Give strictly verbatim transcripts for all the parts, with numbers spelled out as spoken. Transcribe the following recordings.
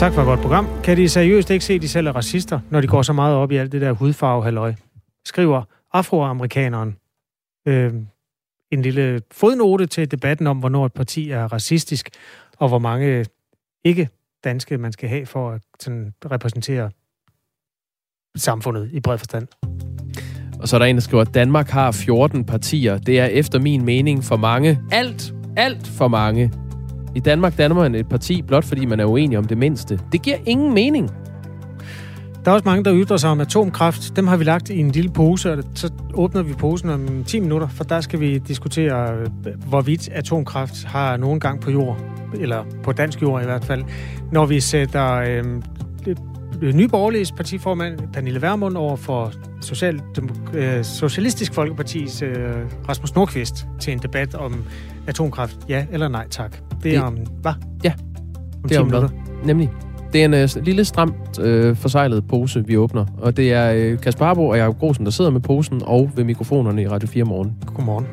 Tak for et godt program. Kan de seriøst ikke se, at de selv er racister, når de går så meget op i alt det der hudfarve-halløj? Skriver afroamerikaneren. Øh, en lille fodnote til debatten om, hvornår et parti er racistisk, og hvor mange ikke-danske man skal have for at sådan, repræsentere samfundet i bred forstand. Og så er der en, der skriver, at Danmark har fjorten partier. Det er efter min mening for mange. Alt, alt for mange. I Danmark danner man et parti, blot fordi man er uenig om det mindste. Det giver ingen mening. Der er også mange, der ytrer sig om atomkraft. Dem har vi lagt i en lille pose, og så åbner vi posen om ti minutter, for der skal vi diskutere, hvorvidt atomkraft har nogen gang på jord, eller på dansk jord i hvert fald, når vi sætter øh, Nye Borgerliges partiformand, Pernille Vermund, over for Social, øh, Socialistisk Folkepartis øh, Rasmus Nordqvist til en debat om atomkraft. Ja eller nej, tak. Det er det, om, hvad? Ja, om det er om hvad? Nemlig. Det er en øh, lille stramt øh, forsejlet pose, vi åbner. Og det er øh, Kasper Harbo og Jacob Grosen, der sidder med posen og ved mikrofonerne i Radio fire Morgen. Godmorgen.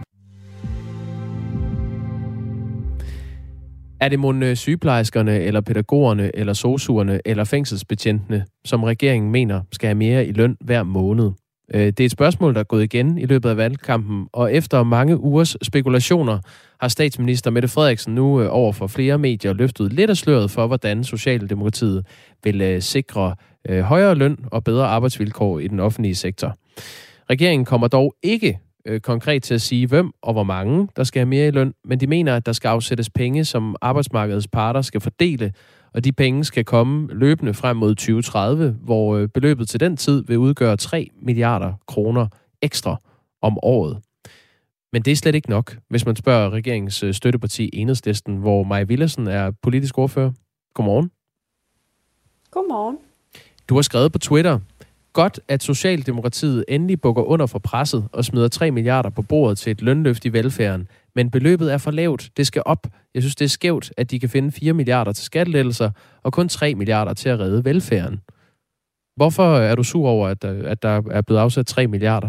Er det mon sygeplejerskerne, eller pædagogerne, eller sosuerne, eller fængselsbetjentene, som regeringen mener skal have mere i løn hver måned? Det er et spørgsmål, der er gået igen i løbet af valgkampen, og efter mange ugers spekulationer har statsminister Mette Frederiksen nu over for flere medier løftet lidt af sløret for, hvordan Socialdemokratiet vil sikre højere løn og bedre arbejdsvilkår i den offentlige sektor. Regeringen kommer dog ikke konkret til at sige, hvem og hvor mange, der skal have mere i løn, men de mener, at der skal afsættes penge, som arbejdsmarkedets parter skal fordele, og de penge skal komme løbende frem mod tyve tredive, hvor beløbet til den tid vil udgøre tre milliarder kroner ekstra om året. Men det er slet ikke nok, hvis man spørger regeringens støtteparti Enhedslisten, hvor Maja Villadsen er politisk ordfører. Godmorgen. Godmorgen. Du har skrevet på Twitter: godt, at Socialdemokratiet endelig bukker under for presset og smider tre milliarder på bordet til et lønløft i velfærden. Men beløbet er for lavt. Det skal op. Jeg synes, det er skævt, at de kan finde fire milliarder til skattelettelser og kun tre milliarder til at redde velfærden. Hvorfor er du sur over, at der, at der er blevet afsat tre milliarder?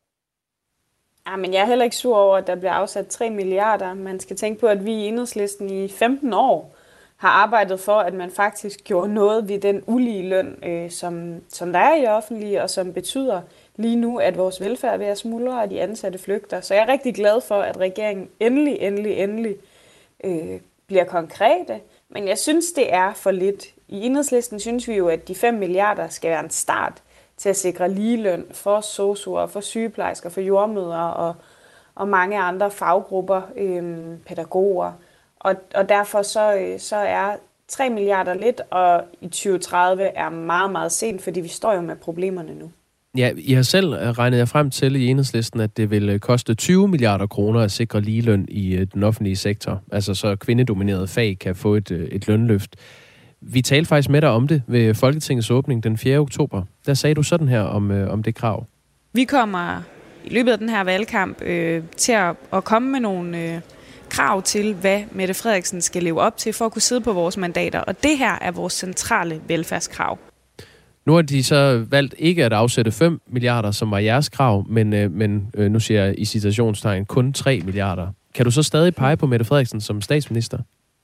Ja, men jeg er heller ikke sur over, at der bliver afsat tre milliarder. Man skal tænke på, at vi i Enhedslisten i femten år har arbejdet for, at man faktisk gjorde noget ved den ulige løn, øh, som, som der er i det offentlige, og som betyder lige nu, at vores velfærd er ved at smuldre, og de ansatte flygter. Så jeg er rigtig glad for, at regeringen endelig, endelig, endelig øh, bliver konkrete. Men jeg synes, det er for lidt. I Enhedslisten synes vi jo, at de fem milliarder skal være en start til at sikre ligeløn for sosuer, for sygeplejersker, for jordmødre og, og mange andre faggrupper, øh, pædagoger. Og, og derfor så, så er tre milliarder lidt, og i tyve tredive er meget, meget sent, fordi vi står jo med problemerne nu. Ja, I har selv regnet jer frem til i Enhedslisten, at det vil koste tyve milliarder kroner at sikre ligeløn i den offentlige sektor. Altså så kvindedominerede fag kan få et, et lønløft. Vi talte faktisk med dig om det ved Folketingets åbning den fjerde oktober. Der sagde du sådan her om, om det krav. Vi kommer i løbet af den her valgkamp øh, til at, at komme med nogle øh, krav til, hvad Mette Frederiksen skal leve op til for at kunne sidde på vores mandater. Og det her er vores centrale velfærdskrav. Nu har de så valgt ikke at afsætte fem milliarder, som var jeres krav, men, øh, men øh, nu siger jeg i citationstegn kun tre milliarder. Kan du så stadig pege på Mette Frederiksen som statsminister?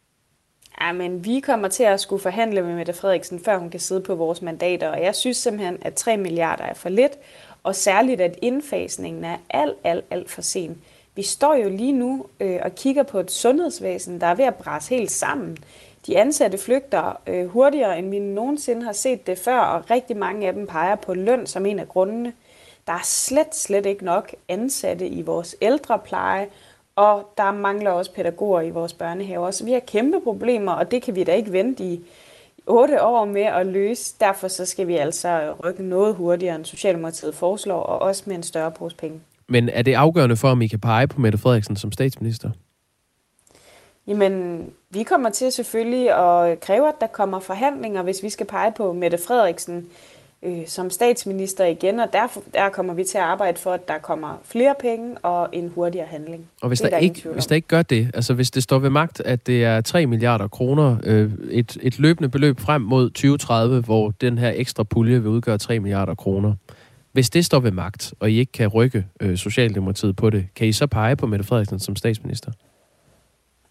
Ja, men vi kommer til at skulle forhandle med Mette Frederiksen, før hun kan sidde på vores mandater. Og jeg synes simpelthen, at tre milliarder er for lidt, og særligt, at indfasningen er alt, alt, alt for sen. Vi står jo lige nu øh, og kigger på et sundhedsvæsen, der er ved at brase helt sammen. De ansatte flygter øh, hurtigere, end vi nogensinde har set det før, og rigtig mange af dem peger på løn som en af grundene. Der er slet, slet ikke nok ansatte i vores ældrepleje, og der mangler også pædagoger i vores børnehaver. Så vi har kæmpe problemer, og det kan vi da ikke vente i otte år med at løse. Derfor så skal vi altså rykke noget hurtigere, end Socialdemokratiet foreslår, og også med en større pose penge. Men er det afgørende for, om I kan pege på Mette Frederiksen som statsminister? Jamen, vi kommer til selvfølgelig at kræve, at der kommer forhandlinger, hvis vi skal pege på Mette Frederiksen øh, som statsminister igen, og der, der kommer vi til at arbejde for, at der kommer flere penge og en hurtigere handling. Og hvis, der, der, ikke, hvis der ikke gør det, altså hvis det står ved magt, at det er tre milliarder kroner, øh, et, et løbende beløb frem mod tyve tredive, hvor den her ekstra pulje vil udgøre tre milliarder kroner. Hvis det står ved magt, og I ikke kan rykke øh, Socialdemokratiet på det, kan I så pege på Mette Frederiksen som statsminister?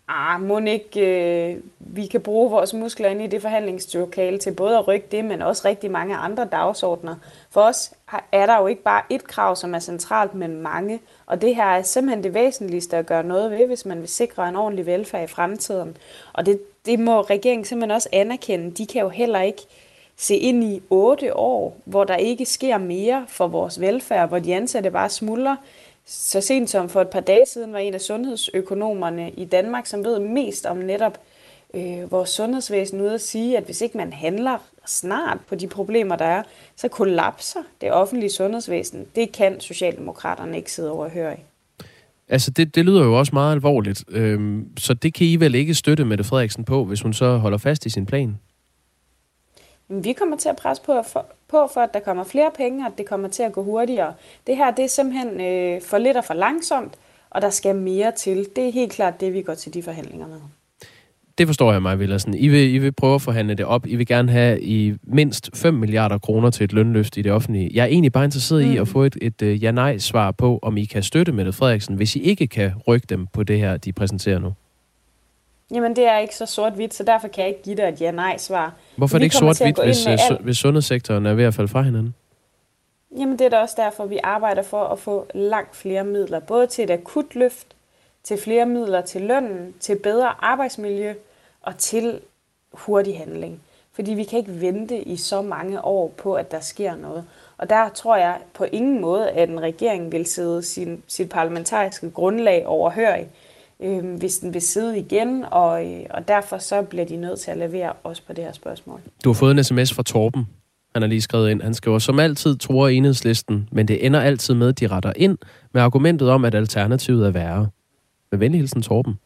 ah, må ikke, øh, vi kan bruge vores muskler inde i det forhandlingslokale til både at rykke det, men også rigtig mange andre dagsordner. For os er der jo ikke bare et krav, som er centralt, men mange. Og det her er simpelthen det væsentligste at gøre noget ved, hvis man vil sikre en ordentlig velfærd i fremtiden. Og det, det må regeringen simpelthen også anerkende. De kan jo heller ikke se ind i otte år, hvor der ikke sker mere for vores velfærd, hvor de ansatte bare smuldrer. Så sent som for et par dage siden var en af sundhedsøkonomerne i Danmark, som ved mest om netop øh, vores sundhedsvæsen, ude at sige, at hvis ikke man handler snart på de problemer, der er, så kollapser det offentlige sundhedsvæsen. Det kan Socialdemokraterne ikke sidde over og høre i. Altså, det, det lyder jo også meget alvorligt. Øhm, så det kan I vel ikke støtte Mette Frederiksen på, hvis hun så holder fast i sin plan? Vi kommer til at presse på for, på for, at der kommer flere penge, og at det kommer til at gå hurtigere. Det her, det er simpelthen øh, for lidt og for langsomt, og der skal mere til. Det er helt klart det, vi går til de forhandlinger med. Det forstår jeg, Maja Villadsen. I vil, I vil prøve at forhandle det op. I vil gerne have i mindst fem milliarder kroner til et lønløft i det offentlige. Jeg er egentlig bare interesseret mm. i at få et, et, et ja-nej-svar på, om I kan støtte Mette Frederiksen, hvis I ikke kan rykke dem på det her, de præsenterer nu. Jamen, det er ikke så sort-hvidt, så derfor kan jeg ikke give dig et ja-nej-svar. Hvorfor er det ikke sort-hvidt, hvis, al... hvis sundhedssektoren er ved at falde fra hinanden? Jamen, det er da også derfor, vi arbejder for at få langt flere midler. Både til et akut løft, til flere midler til lønnen, til bedre arbejdsmiljø og til hurtig handling. Fordi vi kan ikke vente i så mange år på, at der sker noget. Og der tror jeg på ingen måde, at en regering vil sidde sin, sit parlamentariske grundlag overhørig, øh, hvis den vil sidde igen, og, og derfor så bliver de nødt til at levere også på det her spørgsmål. Du har fået en sms fra Torben. Han har lige skrevet ind. Han skriver, som altid tror Enhedslisten, men det ender altid med, at de retter ind med argumentet om, at alternativet er værre. Med venlig hilsen, Torben.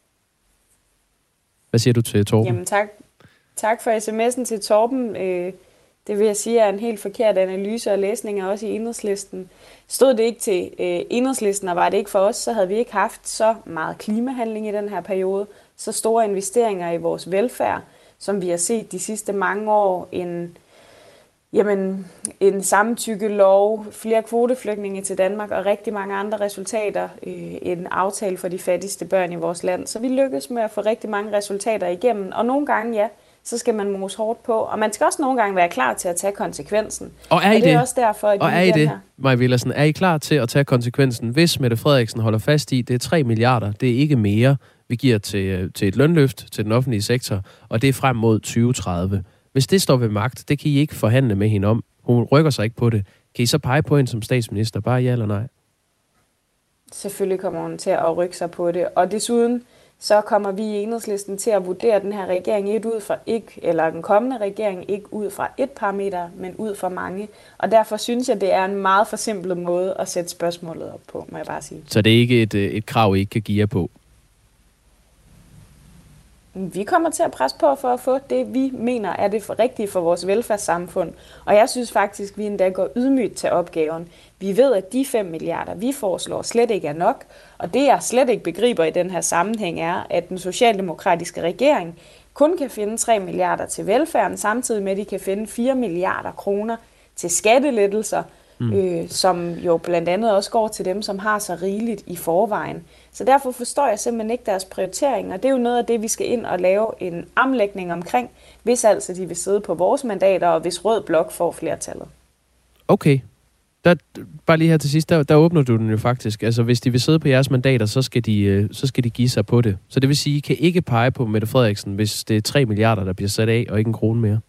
Hvad siger du til Torben? Jamen tak. Tak for sms'en til Torben. Øh, det vil jeg sige er en helt forkert analyse og læsning af også i Enhedslisten. Stod det ikke til øh, Enhedslisten, og var det ikke for os, så havde vi ikke haft så meget klimahandling i den her periode, så store investeringer i vores velfærd, som vi har set de sidste mange år, en, jamen, en samtykkelov, flere kvoteflygtninge til Danmark og rigtig mange andre resultater, øh, en aftale for de fattigste børn i vores land. Så vi lykkes med at få rigtig mange resultater igennem, og nogle gange, ja, så skal man mose hårdt på. Og man skal også nogle gange være klar til at tage konsekvensen. Og er I og det? det? Er også derfor, at og er I det, her. Maja Villadsen? Er I klar til at tage konsekvensen, hvis Mette Frederiksen holder fast i, det er tre milliarder, det er ikke mere, vi giver til, til et lønløft til den offentlige sektor, og det er frem mod tyve tredive. Hvis det står ved magt, det kan I ikke forhandle med hende om. Hun rykker sig ikke på det. Kan I så pege på hende som statsminister? Bare ja eller nej? Selvfølgelig kommer hun til at rykke sig på det. Og desuden så kommer vi i Enhedslisten til at vurdere den her regering ikke ud fra ikke, eller den kommende regering ikke ud fra et parameter, men ud fra mange. Og derfor synes jeg, det er en meget forsimplet måde at sætte spørgsmålet op på, må jeg bare sige. Så det er ikke et, et krav, I ikke kan give jer på? Vi kommer til at presse på for at få det, vi mener er det rigtige for vores velfærdssamfund. Og jeg synes faktisk, at vi endda går ydmygt til opgaven. Vi ved, at de fem milliarder, vi foreslår, slet ikke er nok. Og det, jeg slet ikke begriber i den her sammenhæng, er, at den socialdemokratiske regering kun kan finde tre milliarder til velfærden, samtidig med, at de kan finde fire milliarder kroner til skattelettelser, mm. øh, som jo blandt andet også går til dem, som har så rigeligt i forvejen. Så derfor forstår jeg simpelthen ikke deres prioritering, og det er jo noget af det, vi skal ind og lave en omlægning omkring, hvis altså de vil sidde på vores mandater, og hvis Rød Blok får flertallet. Okay. Der, bare lige her til sidst, der, der åbner du den jo faktisk. Altså, hvis de vil sidde på jeres mandater, så skal, de, så skal de give sig på det. Så det vil sige, I kan ikke pege på Mette Frederiksen, hvis det er tre milliarder, der bliver sat af, og ikke en krone mere.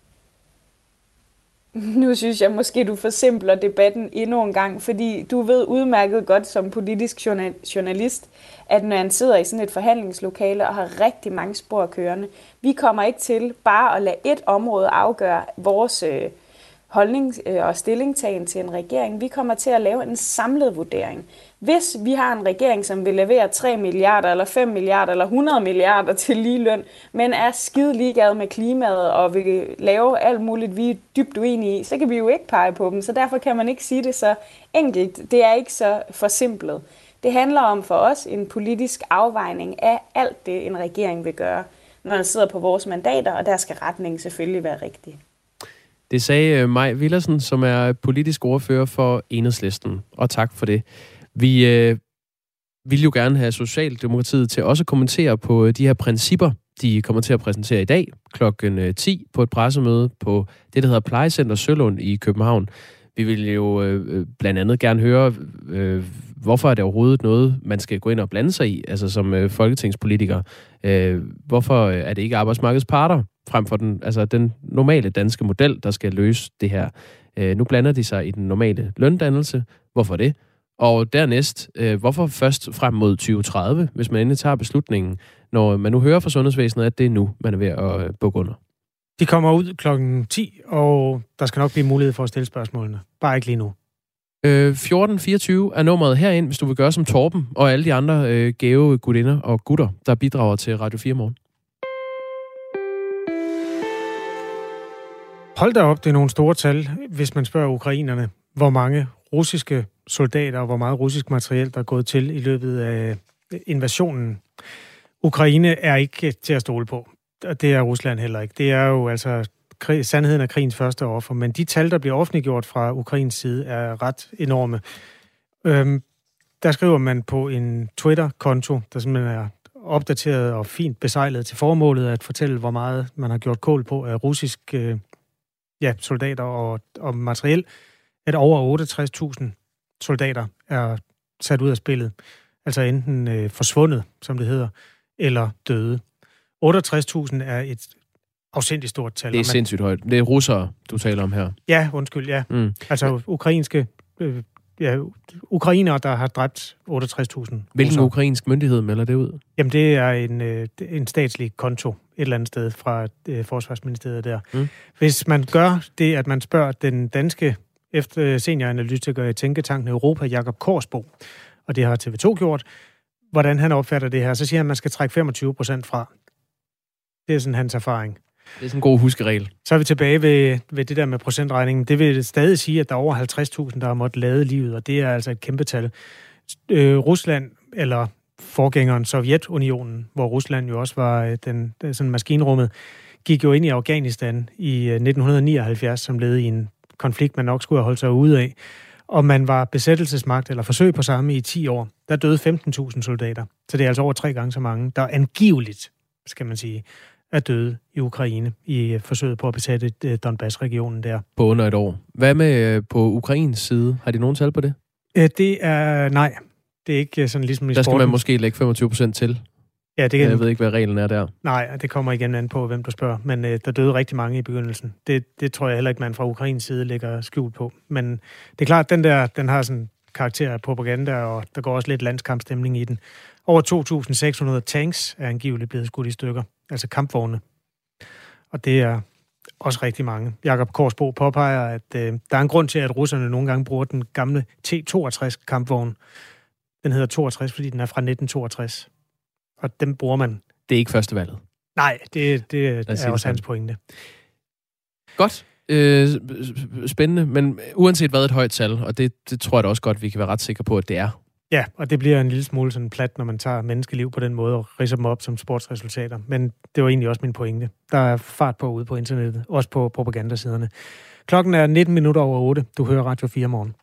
Nu synes jeg måske, du forsimpler debatten endnu en gang, fordi du ved udmærket godt som politisk journalist, at når han sidder i sådan et forhandlingslokale og har rigtig mange spor kørende, vi kommer ikke til bare at lade et område afgøre vores øh, holdning og stillingtagen til en regering. Vi kommer til at lave en samlet vurdering. Hvis vi har en regering, som vil levere tre milliarder, eller fem milliarder, eller hundrede milliarder til ligeløn, men er skide ligeglad med klimaet og vil lave alt muligt, vi er dybt uenige i, så kan vi jo ikke pege på dem. Så derfor kan man ikke sige det så enkelt. Det er ikke så forsimplet. Det handler om for os en politisk afvejning af alt det, en regering vil gøre, når den sidder på vores mandater, og der skal retningen selvfølgelig være rigtig. Det sagde Maja Villadsen, som er politisk ordfører for Enhedslisten, og tak for det. Vi, øh, vil jo gerne have Socialdemokratiet til også at kommentere på de her principper, de kommer til at præsentere i dag klokken ti på et pressemøde på det, der hedder Plejecenter Sølund i København. Vi vil jo øh, blandt andet gerne høre, øh, hvorfor er det overhovedet noget, man skal gå ind og blande sig i, altså som øh, folketingspolitiker. Øh, hvorfor er det ikke arbejdsmarkedets parter, frem for den, altså den normale danske model, der skal løse det her? Øh, nu blander de sig i den normale løndannelse. Hvorfor det? Og dernæst, øh, hvorfor først frem mod tyve tredive, hvis man endelig tager beslutningen, når man nu hører fra sundhedsvæsenet, at det er nu, man er ved at øh, bukke under? De kommer ud klokken ti, og der skal nok blive mulighed for at stille spørgsmålene. Bare ikke lige nu. Øh, fjorten fireogtyve er nummeret herind, hvis du vil gøre som Torben og alle de andre øh, gave gudinder og gutter, der bidrager til Radio fire Morgen. Hold da op, det er nogle store tal, hvis man spørger ukrainerne, hvor mange russiske soldater og hvor meget russisk materiel, der er gået til i løbet af invasionen. Ukraine er ikke til at stole på, og det er Rusland heller ikke. Det er jo altså krig, sandheden af krigens første offer, men de tal, der bliver offentliggjort fra Ukraines side, er ret enorme. Øhm, der skriver man på en Twitter-konto, der simpelthen er opdateret og fint besejlet til formålet at fortælle, hvor meget man har gjort kål på af russisk øh, ja, soldater og, og materiel, at over otteogtres tusind soldater er sat ud af spillet. Altså enten øh, forsvundet, som det hedder, eller døde. otteogtres tusind er et afsindigt stort tal. Det er sindssygt højt. Det er russere, du taler om her. Ja, undskyld, ja. Mm. Altså ukrainske... Øh, ja, ukrainere, der har dræbt otteogtres tusind. Hvilken russere. Ukrainsk myndighed melder det ud? Jamen, det er en, øh, en statslig konto et eller andet sted fra øh, Forsvarsministeriet der. Mm. Hvis man gør det, at man spørger den danske efter senioranalytiker i Tænketanken Europa, Jakob Korsbo, og det har T V to gjort, hvordan han opfatter det her, så siger han, at man skal trække femogtyve procent fra. Det er sådan hans erfaring. Det er sådan en god huskeregel. Så er vi tilbage ved, ved det der med procentregningen. Det vil stadig sige, at der er over halvtreds tusind, der har måttet lade livet, og det er altså et kæmpe tal. Øh, Rusland, eller forgængeren Sovjetunionen, hvor Rusland jo også var den, sådan maskinrummet, gik jo ind i Afghanistan i nitten nioghalvfjerds, som led i en konflikt, man nok skulle have holdt sig ude af. Og man var besættelsesmagt, eller forsøg på samme i ti år. Der døde femten tusind soldater. Så det er altså over tre gange så mange, der angiveligt, skal man sige, er døde i Ukraine i forsøget på at besætte Donbass-regionen der. På under et år. Hvad med på Ukraines side? Har de nogen tal på det? Det er nej. Det er ikke sådan ligesom i Der skal sporten. man måske lægge femogtyve procent til. Ja, det kan... Jeg ved ikke, hvad reglen er der. Nej, det kommer igen an på, hvem du spørger. Men øh, der døde rigtig mange i begyndelsen. Det, det tror jeg heller ikke, man fra Ukraines side lægger skjult på. Men det er klart, at den der, den har sådan karakter af propaganda, og der går også lidt landskampstemning i den. Over to tusind seks hundrede tanks er angiveligt blevet skudt i stykker. Altså kampvogne. Og det er også rigtig mange. Jakob Korsbo påpeger, at øh, der er en grund til, at russerne nogle gange bruger den gamle T toogtres kampvogn. Den hedder toogtres, fordi den er fra nitten toogtres. Og dem bruger man. Det er ikke første valget. Nej, det, det er også hans pointe. Godt. Øh, spændende, men uanset hvad et højt tal, og det, det tror jeg da også godt, vi kan være ret sikre på, at det er. Ja, og det bliver en lille smule sådan plat, når man tager menneskeliv på den måde og ridser dem op som sportsresultater. Men det var egentlig også min pointe. Der er fart på ude på internettet, også på propagandasiderne. Klokken er nitten minutter over otte. Du hører Radio fire Morgen.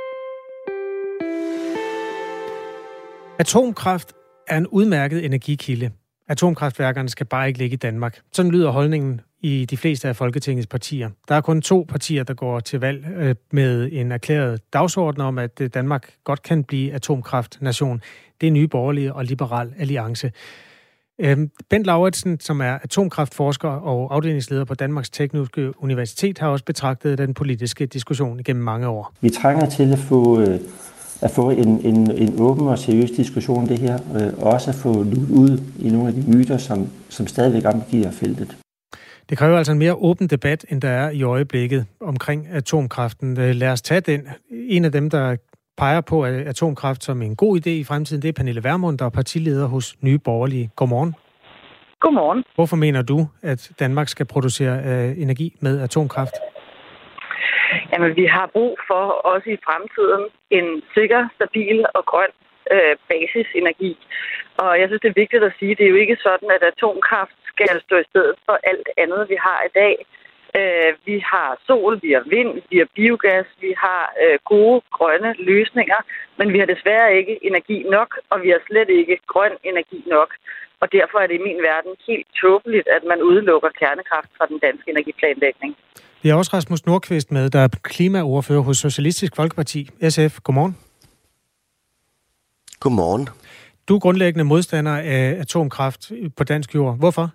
Atomkraft er en udmærket energikilde. Atomkraftværkerne skal bare ikke ligge i Danmark. Sådan lyder holdningen i de fleste af Folketingets partier. Der er kun to partier, der går til valg med en erklæret dagsorden om, at Danmark godt kan blive atomkraftnation. Det er Nye Borgerlige og Liberal Alliance. Bent Lauritsen, som er atomkraftforsker og afdelingsleder på Danmarks Tekniske Universitet, har også betragtet den politiske diskussion igennem mange år. Vi trænger til at få... at få en, en, en åben og seriøs diskussion om det her, og også at få luet ud i nogle af de myter, som, som stadigvæk omgiver feltet. Det kræver altså en mere åben debat, end der er i øjeblikket omkring atomkraften. Lad os tage den. En af dem, der peger på atomkraft som en god idé i fremtiden, det er Pernille Vermund, der er partileder hos Nye Borgerlige. Godmorgen. Godmorgen. Hvorfor mener du, at Danmark skal producere uh, energi med atomkraft? Jamen, vi har brug for også i fremtiden en sikker, stabil og grøn øh, basisenergi. Og jeg synes, det er vigtigt at sige, at det er jo ikke sådan, at atomkraft skal stå i stedet for alt andet, vi har i dag. Øh, vi har sol, vi har vind, vi har biogas, vi har øh, gode grønne løsninger, men vi har desværre ikke energi nok, og vi har slet ikke grøn energi nok. Og derfor er det i min verden helt tåbeligt, at man udelukker kernekraft fra den danske energiplanlægning. Vi har også Rasmus Nordqvist med, der er klimaordfører hos Socialistisk Folkeparti, S F. Godmorgen. Godmorgen. Du er grundlæggende modstander af atomkraft på dansk jord. Hvorfor?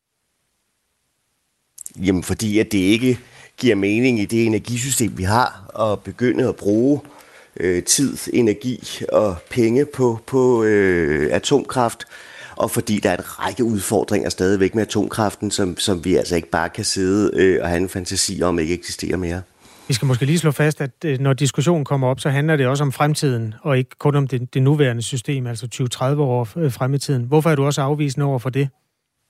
Jamen, fordi at det ikke giver mening i det energisystem, vi har, at begynde at bruge øh, tid, energi og penge på, på øh, atomkraft, og fordi der er en række udfordringer stadigvæk med atomkraften, som, som vi altså ikke bare kan sidde øh, og have en fantasi om ikke eksisterer mere. Vi skal måske lige slå fast, at når diskussionen kommer op, så handler det også om fremtiden, og ikke kun om det, det nuværende system, altså tyve til tredive år frem i tiden. Hvorfor er du også afvisende over for det?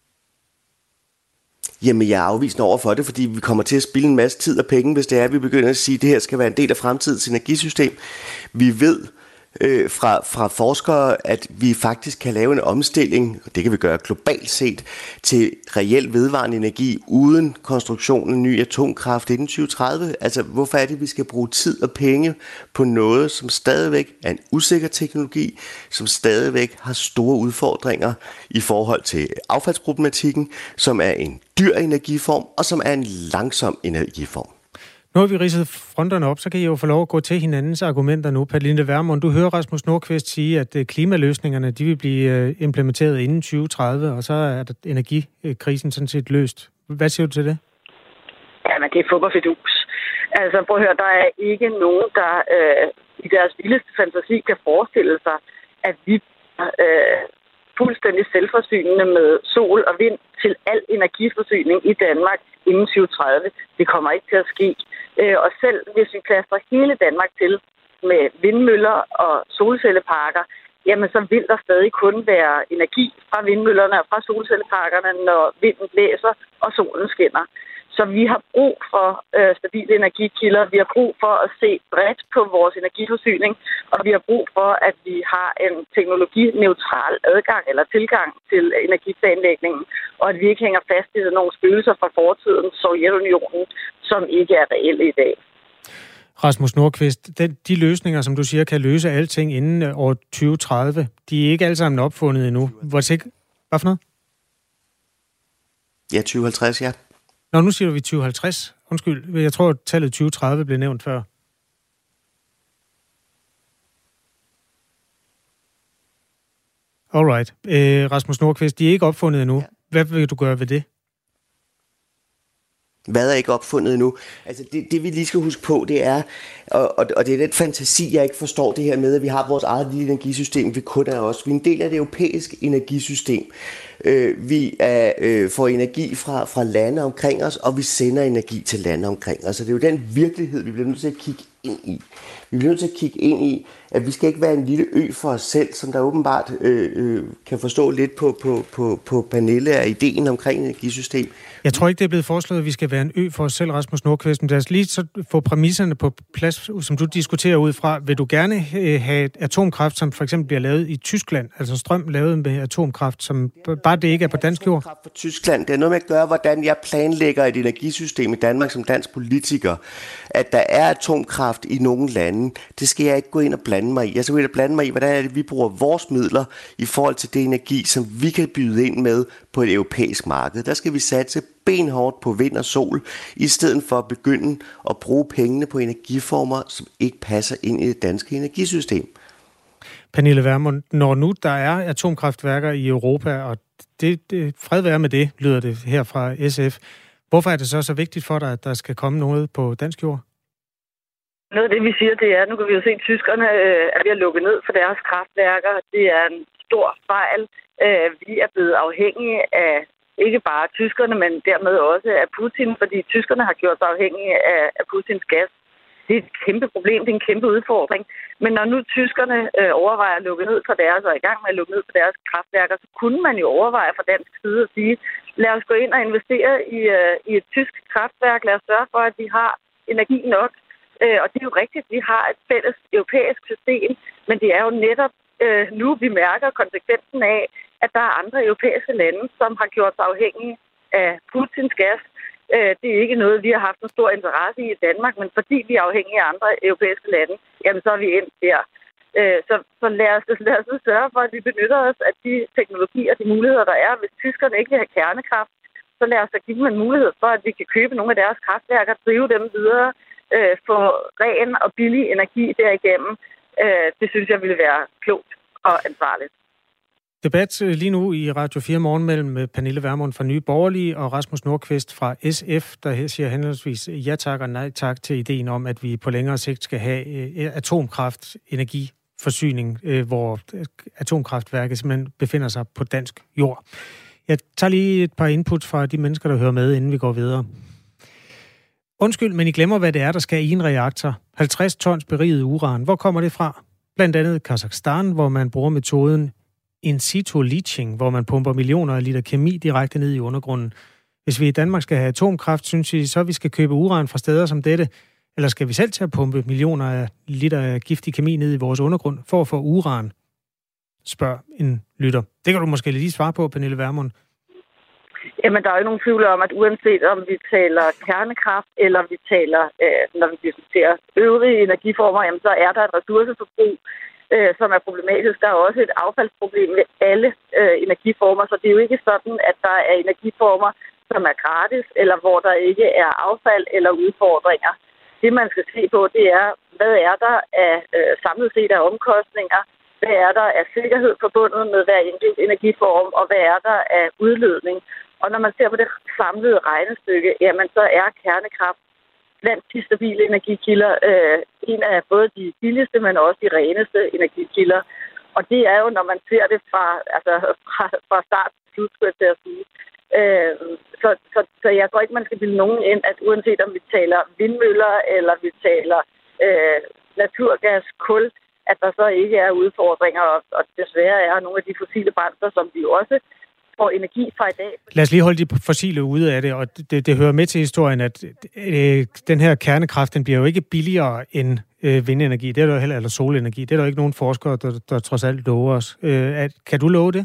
Jamen, jeg er afvisende over for det, fordi vi kommer til at spilde en masse tid og penge, hvis det er, at vi begynder at sige, at det her skal være en del af fremtidens energisystem. Vi ved øh, fra, fra forskere, at vi faktisk kan lave en omstilling, og det kan vi gøre globalt set, til reel vedvarende energi uden konstruktion af ny atomkraft inden tyve tredive. Altså, hvorfor er det, at vi skal bruge tid og penge på noget, som stadigvæk er en usikker teknologi, som stadigvæk har store udfordringer i forhold til affaldsproblematikken, som er en dyr energiform, og som er en langsom energiform. Nu har vi ridset fronterne op, så kan I jo få lov at gå til hinandens argumenter nu. Pernille Vermund, du hører Rasmus Nordqvist sige, at klimaløsningerne de vil blive implementeret inden tyve tredive, og så er energikrisen sådan set løst. Hvad siger du til det? Jamen, det er fupperfidus. Altså, prøv at høre, der er ikke nogen, der øh, i deres vildeste fantasi kan forestille sig, at vi øh, fuldstændig selvforsynende med sol og vind til al energiforsyning i Danmark inden tyve tredive. Det kommer ikke til at ske. Og selv hvis vi plaster hele Danmark til med vindmøller og solcelleparker, jamen så vil der stadig kun være energi fra vindmøllerne og fra solcelleparkerne, når vinden blæser og solen skinner. Så vi har brug for øh, stabile energikilder, vi har brug for at se bredt på vores energiforsyning, og vi har brug for, at vi har en teknologineutral adgang eller tilgang til energiplanlægningen, og at vi ikke hænger fast i nogle spøgelser fra fortiden, Sovjetunionen, som ikke er reelle i dag. Rasmus Nordqvist, den, de løsninger, som du siger, kan løse alting inden år tyve tredive, de er ikke alle sammen opfundet endnu. Hvor sikkert? Hvad for noget? Ja, tyve halvtreds, ja. Nå, nu siger vi tyve halvtreds. Undskyld, jeg tror, at tallet tyve tredive blev nævnt før. Alright. Øh, Rasmus Nordqvist, de er ikke opfundet endnu. Hvad vil du gøre ved det? Hvad er ikke opfundet endnu? Altså det, det vi lige skal huske på, det er, og, og, og det er den fantasi, jeg ikke forstår det her med, at vi har vores eget lille energisystem, vi kun er også. Vi er en del af det europæiske energisystem. Øh, vi er, øh, får energi fra, fra lande omkring os, og vi sender energi til lande omkring os. Så det er jo den virkelighed, vi bliver nødt til at kigge ind i. Vi bliver nødt til at kigge ind i, at vi skal ikke være en lille ø for os selv, som der åbenbart øh, øh, kan forstå lidt på, på, på, på Pernille af ideen omkring energisystem. Jeg tror ikke, det er blevet foreslået, at vi skal være en ø for os selv, Rasmus Nordqvist. Men lad os lige så få præmisserne på plads, som du diskuterer ud fra. Vil du gerne have atomkraft, som for eksempel bliver lavet i Tyskland, altså strøm lavet med atomkraft, som bare det ikke er på dansk jord? Atomkraft fra Tyskland, det er noget med at gøre, hvordan jeg planlægger et energisystem i Danmark som dansk politiker. At der er atomkraft i nogle lande, det skal jeg ikke gå ind og blande mig i. Jeg skal gå ind og blande mig i, hvordan er det, vi bruger vores midler i forhold til det energi, som vi kan byde ind med på et europæisk marked. Der skal vi satse benhårdt på vind og sol, i stedet for at begynde at bruge pengene på energiformer, som ikke passer ind i det danske energisystem. Pernille Vermund, når nu der er atomkraftværker i Europa, og det, det, fred være med det, lyder det her fra S F, hvorfor er det så så vigtigt for dig, at der skal komme noget på dansk jord? Noget af det, vi siger, det er, nu kan vi jo se, at tyskerne øh, er ved at lukke ned for deres kraftværker. Det er en stor fejl. Øh, vi er blevet afhængige af ikke bare tyskerne, men dermed også af Putin, fordi tyskerne har gjort sig afhængige af, af Putins gas. Det er et kæmpe problem, det er en kæmpe udfordring. Men når nu tyskerne øh, overvejer at lukke ned for deres, og er i gang med at lukke ned for deres kraftværker, så kunne man jo overveje fra dansk side at sige, lad os gå ind og investere i, øh, i et tysk kraftværk, lad os sørge for, at vi har energi nok. Øh, og det er jo rigtigt, at vi har et fælles europæisk system, men det er jo netop øh, nu, vi mærker konsekvensen af, at der er andre europæiske lande, som har gjort sig afhængige af Putins gas. Øh, det er ikke noget, vi har haft en stor interesse i i Danmark, men fordi vi er afhængige af andre europæiske lande, jamen så er vi endt der. Øh, så så lad, os, lad os sørge for, at vi benytter os af de teknologier og de muligheder, der er. Hvis tyskerne ikke vil have kernekraft, så lad os da give dem en mulighed for, at vi kan købe nogle af deres kraftværker, drive dem videre, øh, få ren og billig energi derigennem. Øh, det synes jeg ville være klogt og ansvarligt. Debat lige nu i Radio fire Morgen mellem Pernille Vermund fra Nye Borgerlige og Rasmus Nordqvist fra S F, der siger henholdsvis ja tak og nej tak til ideen om, at vi på længere sigt skal have atomkraft, energiforsyning, hvor atomkraftværket simpelthen befinder sig på dansk jord. Jeg tager lige et par input fra de mennesker, der hører med, inden vi går videre. Undskyld, men I glemmer, hvad det er, der skal i en reaktor. halvtreds tons beriget uran. Hvor kommer det fra? Blandt andet Kazakhstan, hvor man bruger metoden in situ leaching, hvor man pumper millioner af liter kemi direkte ned i undergrunden. Hvis vi i Danmark skal have atomkraft, synes I så, vi skal købe uran fra steder som dette? Eller skal vi selv til at pumpe millioner af liter af giftig kemi ned i vores undergrund for at få uran? Spørg en lytter. Det kan du måske lige svare på, Pernille Vermund. Jamen, der er jo ikke nogen tvivl om, at uanset om vi taler kernekraft, eller vi taler, øh, når vi diskuterer øvrige energiformer, jamen, så er der et ressourceforbrug, øh, som er problematisk. Der er også et affaldsproblem med alle øh, energiformer, så det er jo ikke sådan, at der er energiformer, som er gratis, eller hvor der ikke er affald eller udfordringer. Det, man skal se på, det er, hvad er der af øh, samlet set af omkostninger, hvad er der af sikkerhed forbundet med hver enkelt energiform, og hvad er der af udledning. Og når man ser på det samlede regnestykke, jamen så er kernekraft blandt de stabile energikilder øh, en af både de billigste, men også de reneste energikilder. Og det er jo, når man ser det fra, altså, fra, fra start til slut, skulle jeg til at sige. Øh, så, så, så jeg tror ikke, man skal bilde nogen ind, at uanset om vi taler vindmøller, eller vi taler øh, naturgas, kul, at der så ikke er udfordringer, og, og desværre er nogle af de fossile brændsler, som vi jo også får energi fra i dag. Lad os lige holde de fossile ude af det, og det, det hører med til historien, at øh, den her kernekraft, den bliver jo ikke billigere end øh, vindenergi, det er der heller, eller solenergi. Det er der jo ikke nogen forskere, der, der trods alt lover os. Øh, at, kan du love det?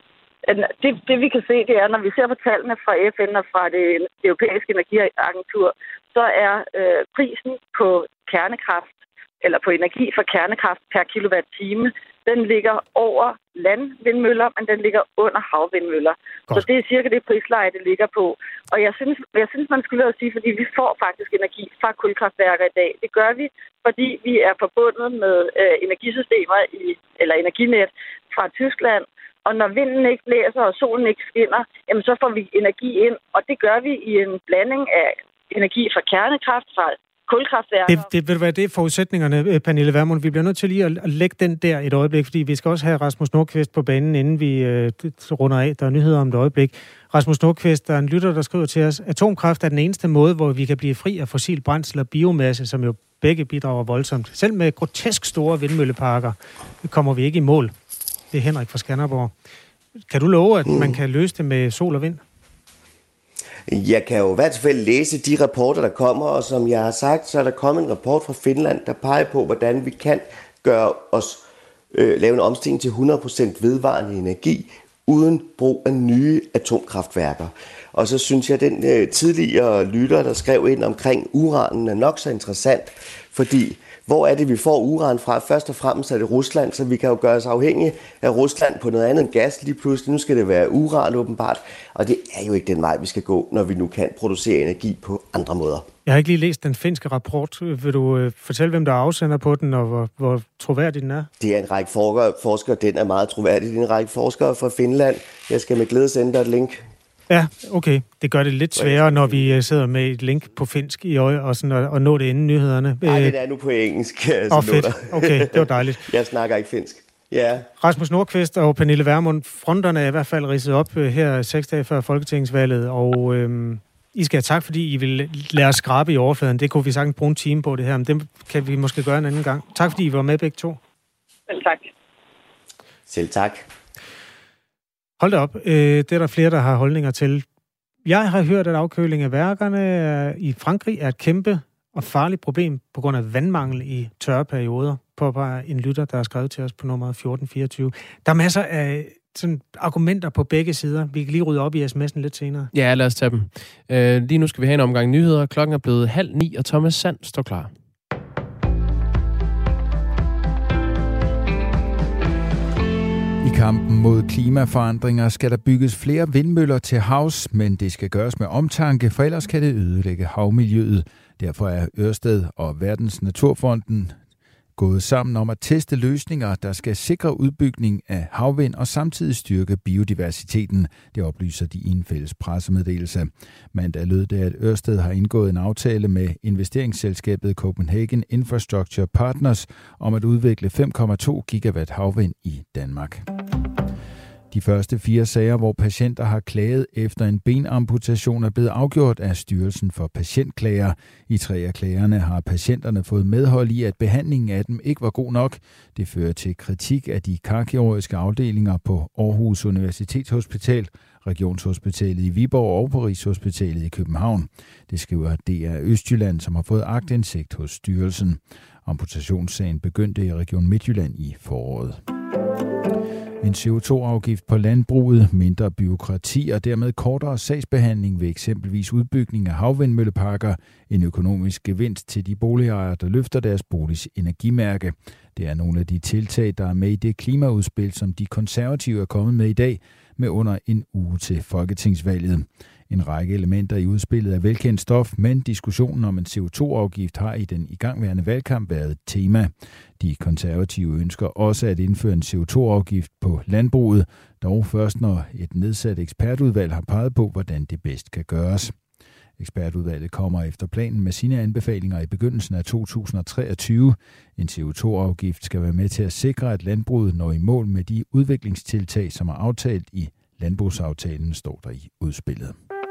det? Det vi kan se, det er, når vi ser på tallene fra F N og fra det europæiske energiagentur, så er øh, prisen på kernekraft, eller på energi fra kernekraft per kilowatt-time, den ligger over landvindmøller, men den ligger under havvindmøller. Godt. Så det er cirka det prisleje, det ligger på. Og jeg synes, jeg synes man skulle også sige, fordi vi får faktisk energi fra kulkraftværker i dag. Det gør vi, fordi vi er forbundet med øh, energisystemer, i, eller energinet fra Tyskland. Og når vinden ikke blæser, og solen ikke skinner, jamen så får vi energi ind. Og det gør vi i en blanding af energi fra kernekraft, fra kulkraftværker. Det, det vil være det forudsætningerne, Pernille Vermund. Vi bliver nødt til lige at, at lægge den der et øjeblik, fordi vi skal også have Rasmus Nordqvist på banen, inden vi øh, runder af. Der er nyheder om et øjeblik. Rasmus Nordqvist, der er en lytter, der skriver til os, atomkraft er den eneste måde, hvor vi kan blive fri af fossil brændsel og biomasse, som jo begge bidrager voldsomt. Selv med grotesk store vindmølleparker kommer vi ikke i mål. Det er Henrik fra Skanderborg. Kan du love, at man kan løse det med sol og vind? Jeg kan jo i hvert fald læse de rapporter, der kommer, og som jeg har sagt, så er der kommet en rapport fra Finland, der peger på, hvordan vi kan gøre os, øh, lave en omstilling til hundrede procent vedvarende energi, uden brug af nye atomkraftværker. Og så synes jeg, at den øh, tidligere lytter, der skrev ind omkring uranen, er nok så interessant, fordi hvor er det, vi får uran fra? Først og fremmest er det Rusland, så vi kan jo gøre os afhængige af Rusland på noget andet end gas lige pludselig. Nu skal det være uran åbenbart, og det er jo ikke den vej, vi skal gå, når vi nu kan producere energi på andre måder. Jeg har ikke lige læst den finske rapport. Vil du fortælle, hvem der afsender på den, og hvor, hvor troværdig den er? Det er en række forskere, forskere, den er meget troværdig. Det er en række forskere fra Finland. Jeg skal med glæde sende dig et link. Ja, okay. Det gør det lidt sværere, når vi sidder med et link på finsk i øje, og, sådan, og nå det inden nyhederne. Nej, det er nu på engelsk. Åh, oh, fedt. Okay, det var dejligt. Jeg snakker ikke finsk. Ja. Rasmus Nordqvist og Pernille Vermund, fronterne er i hvert fald ridset op her seks dage før folketingsvalget, og øhm, I skal have tak, fordi I vil lade os skrabe i overfladen. Det kunne vi sagtens bruge en time på det her, men det kan vi måske gøre en anden gang. Tak, fordi I var med begge to. Selv tak. Selv tak. Hold da op. Det er der flere, der har holdninger til. Jeg har hørt, at afkøling af værkerne i Frankrig er et kæmpe og farligt problem på grund af vandmangel i tørre perioder, påpeger en lytter, der har skrevet til os på nummer fjorten fireogtyve. Der er masser af sådan argumenter på begge sider. Vi kan lige rydde op i sms'en lidt senere. Ja, lad os tage dem. Øh, lige nu skal vi have en omgang nyheder. Klokken er blevet halv ni, og Thomas Sand står klar. I kampen mod klimaforandringer skal der bygges flere vindmøller til havs, men det skal gøres med omtanke, for ellers kan det ødelægge havmiljøet. Derfor er Ørsted og Verdens Naturfonden gået sammen om at teste løsninger, der skal sikre udbygning af havvind og samtidig styrke biodiversiteten. Det oplyser de i en fælles pressemeddelelse. Mandag lød det, at Ørsted har indgået en aftale med investeringsselskabet Copenhagen Infrastructure Partners om at udvikle fem komma to gigawatt havvind i Danmark. De første fire sager, hvor patienter har klaget efter en benamputation, er blevet afgjort af Styrelsen for Patientklager. I tre af klagerne har patienterne fået medhold i, at behandlingen af dem ikke var god nok. Det fører til kritik af de karkirurgiske afdelinger på Aarhus Universitetshospital, Regionshospitalet i Viborg og på Rigshospitalet i København. Det skriver D R Østjylland, som har fået aktindsigt hos styrelsen. Amputationssagen begyndte i Region Midtjylland i foråret. En C O to afgift på landbruget, mindre byråkrati og dermed kortere sagsbehandling ved eksempelvis udbygning af havvindmølleparker, en økonomisk gevinst til de boligejere, der løfter deres boligs energimærke. Det er nogle af de tiltag, der er med i det klimaudspil, som de konservative er kommet med i dag, med under en uge til folketingsvalget. En række elementer i udspillet er velkendt stof, men diskussionen om en C O to afgift har i den igangværende valgkamp været et tema. De konservative ønsker også at indføre en C O to afgift på landbruget, dog først når et nedsat ekspertudvalg har peget på, hvordan det bedst kan gøres. Ekspertudvalget kommer efter planen med sine anbefalinger i begyndelsen af to tusind og treogtyve. En C O to afgift skal være med til at sikre, at landbruget når i mål med de udviklingstiltag, som er aftalt i landbrugsaftalen, står der i udspillet.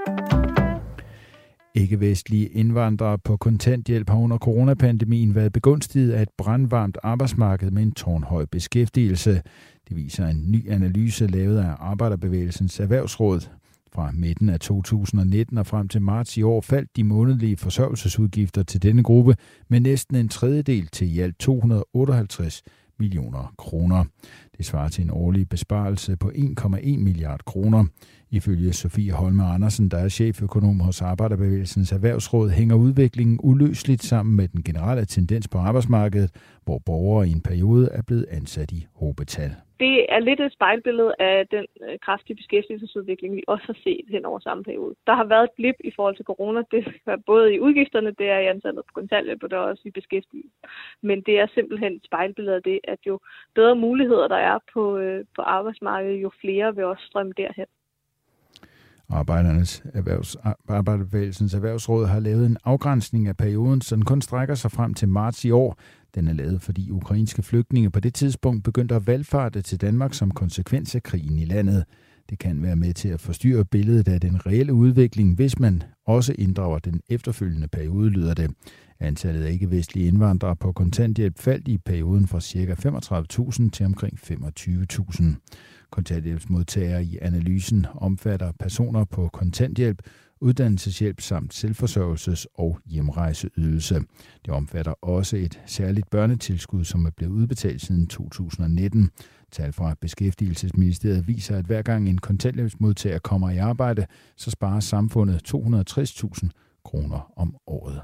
Ikke-vestlige indvandrere på kontanthjælp har under coronapandemien været begunstiget af et brandvarmt arbejdsmarked med en tårnhøj beskæftigelse. Det viser en ny analyse lavet af Arbejderbevægelsens Erhvervsråd. Fra midten af to tusind og nitten og frem til marts i år faldt de månedlige forsørgelsesudgifter til denne gruppe med næsten en tredjedel til i alt to hundrede og otteoghalvtreds millioner kroner. Det svarer til en årlig besparelse på en komma en milliard kroner. Ifølge Sofie Holme Andersen, der er cheføkonom hos Arbejderbevægelsens Erhvervsråd, hænger udviklingen uløseligt sammen med den generelle tendens på arbejdsmarkedet, hvor borgere i en periode er blevet ansat i hobetal. Det er lidt et spejlbillede af den kraftige beskæftigelsesudvikling, vi også har set hen over samme periode. Der har været et blip i forhold til corona. Det er både i udgifterne, det er i antallet på kontanthjælp, og det er også i beskæftigelse. Men det er simpelthen et spejlbillede af det, at jo bedre muligheder der er på, på arbejdsmarkedet, jo flere vil også strømme derhen. Arbejdernes erhvervs, Arbejderbevægelsens Erhvervsråd har lavet en afgrænsning af perioden, så den kun strækker sig frem til marts i år. Den er lavet, fordi ukrainske flygtninge på det tidspunkt begyndte at valfarte til Danmark som konsekvens af krigen i landet. Det kan være med til at forstyrre billedet af den reelle udvikling, hvis man også inddrager den efterfølgende periode, lyder det. Antallet af ikke-vestlige indvandrere på kontanthjælp faldt i perioden fra ca. femogtredive tusind til omkring femogtyve tusind. Kontanthjælpsmodtagere i analysen omfatter personer på kontanthjælp, uddannelseshjælp samt selvforsørgelses- og hjemrejseydelse. Det omfatter også et særligt børnetilskud, som er blevet udbetalt siden to tusind og nitten. Tal fra Beskæftigelsesministeriet viser, at hver gang en kontanthjælpsmodtager kommer i arbejde, så sparer samfundet to hundrede og tres tusind kroner om året.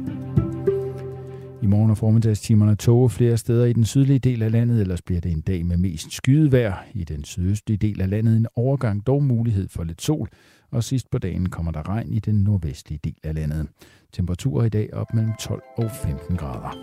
I morgen og formiddagstimerne tåge flere steder i den sydlige del af landet, ellers bliver det en dag med mest skydevejr. I den sydøstlige del af landet en overgang, dog mulighed for lidt sol, og sidst på dagen kommer der regn i den nordvestlige del af landet. Temperaturer i dag op mellem tolv og femten grader.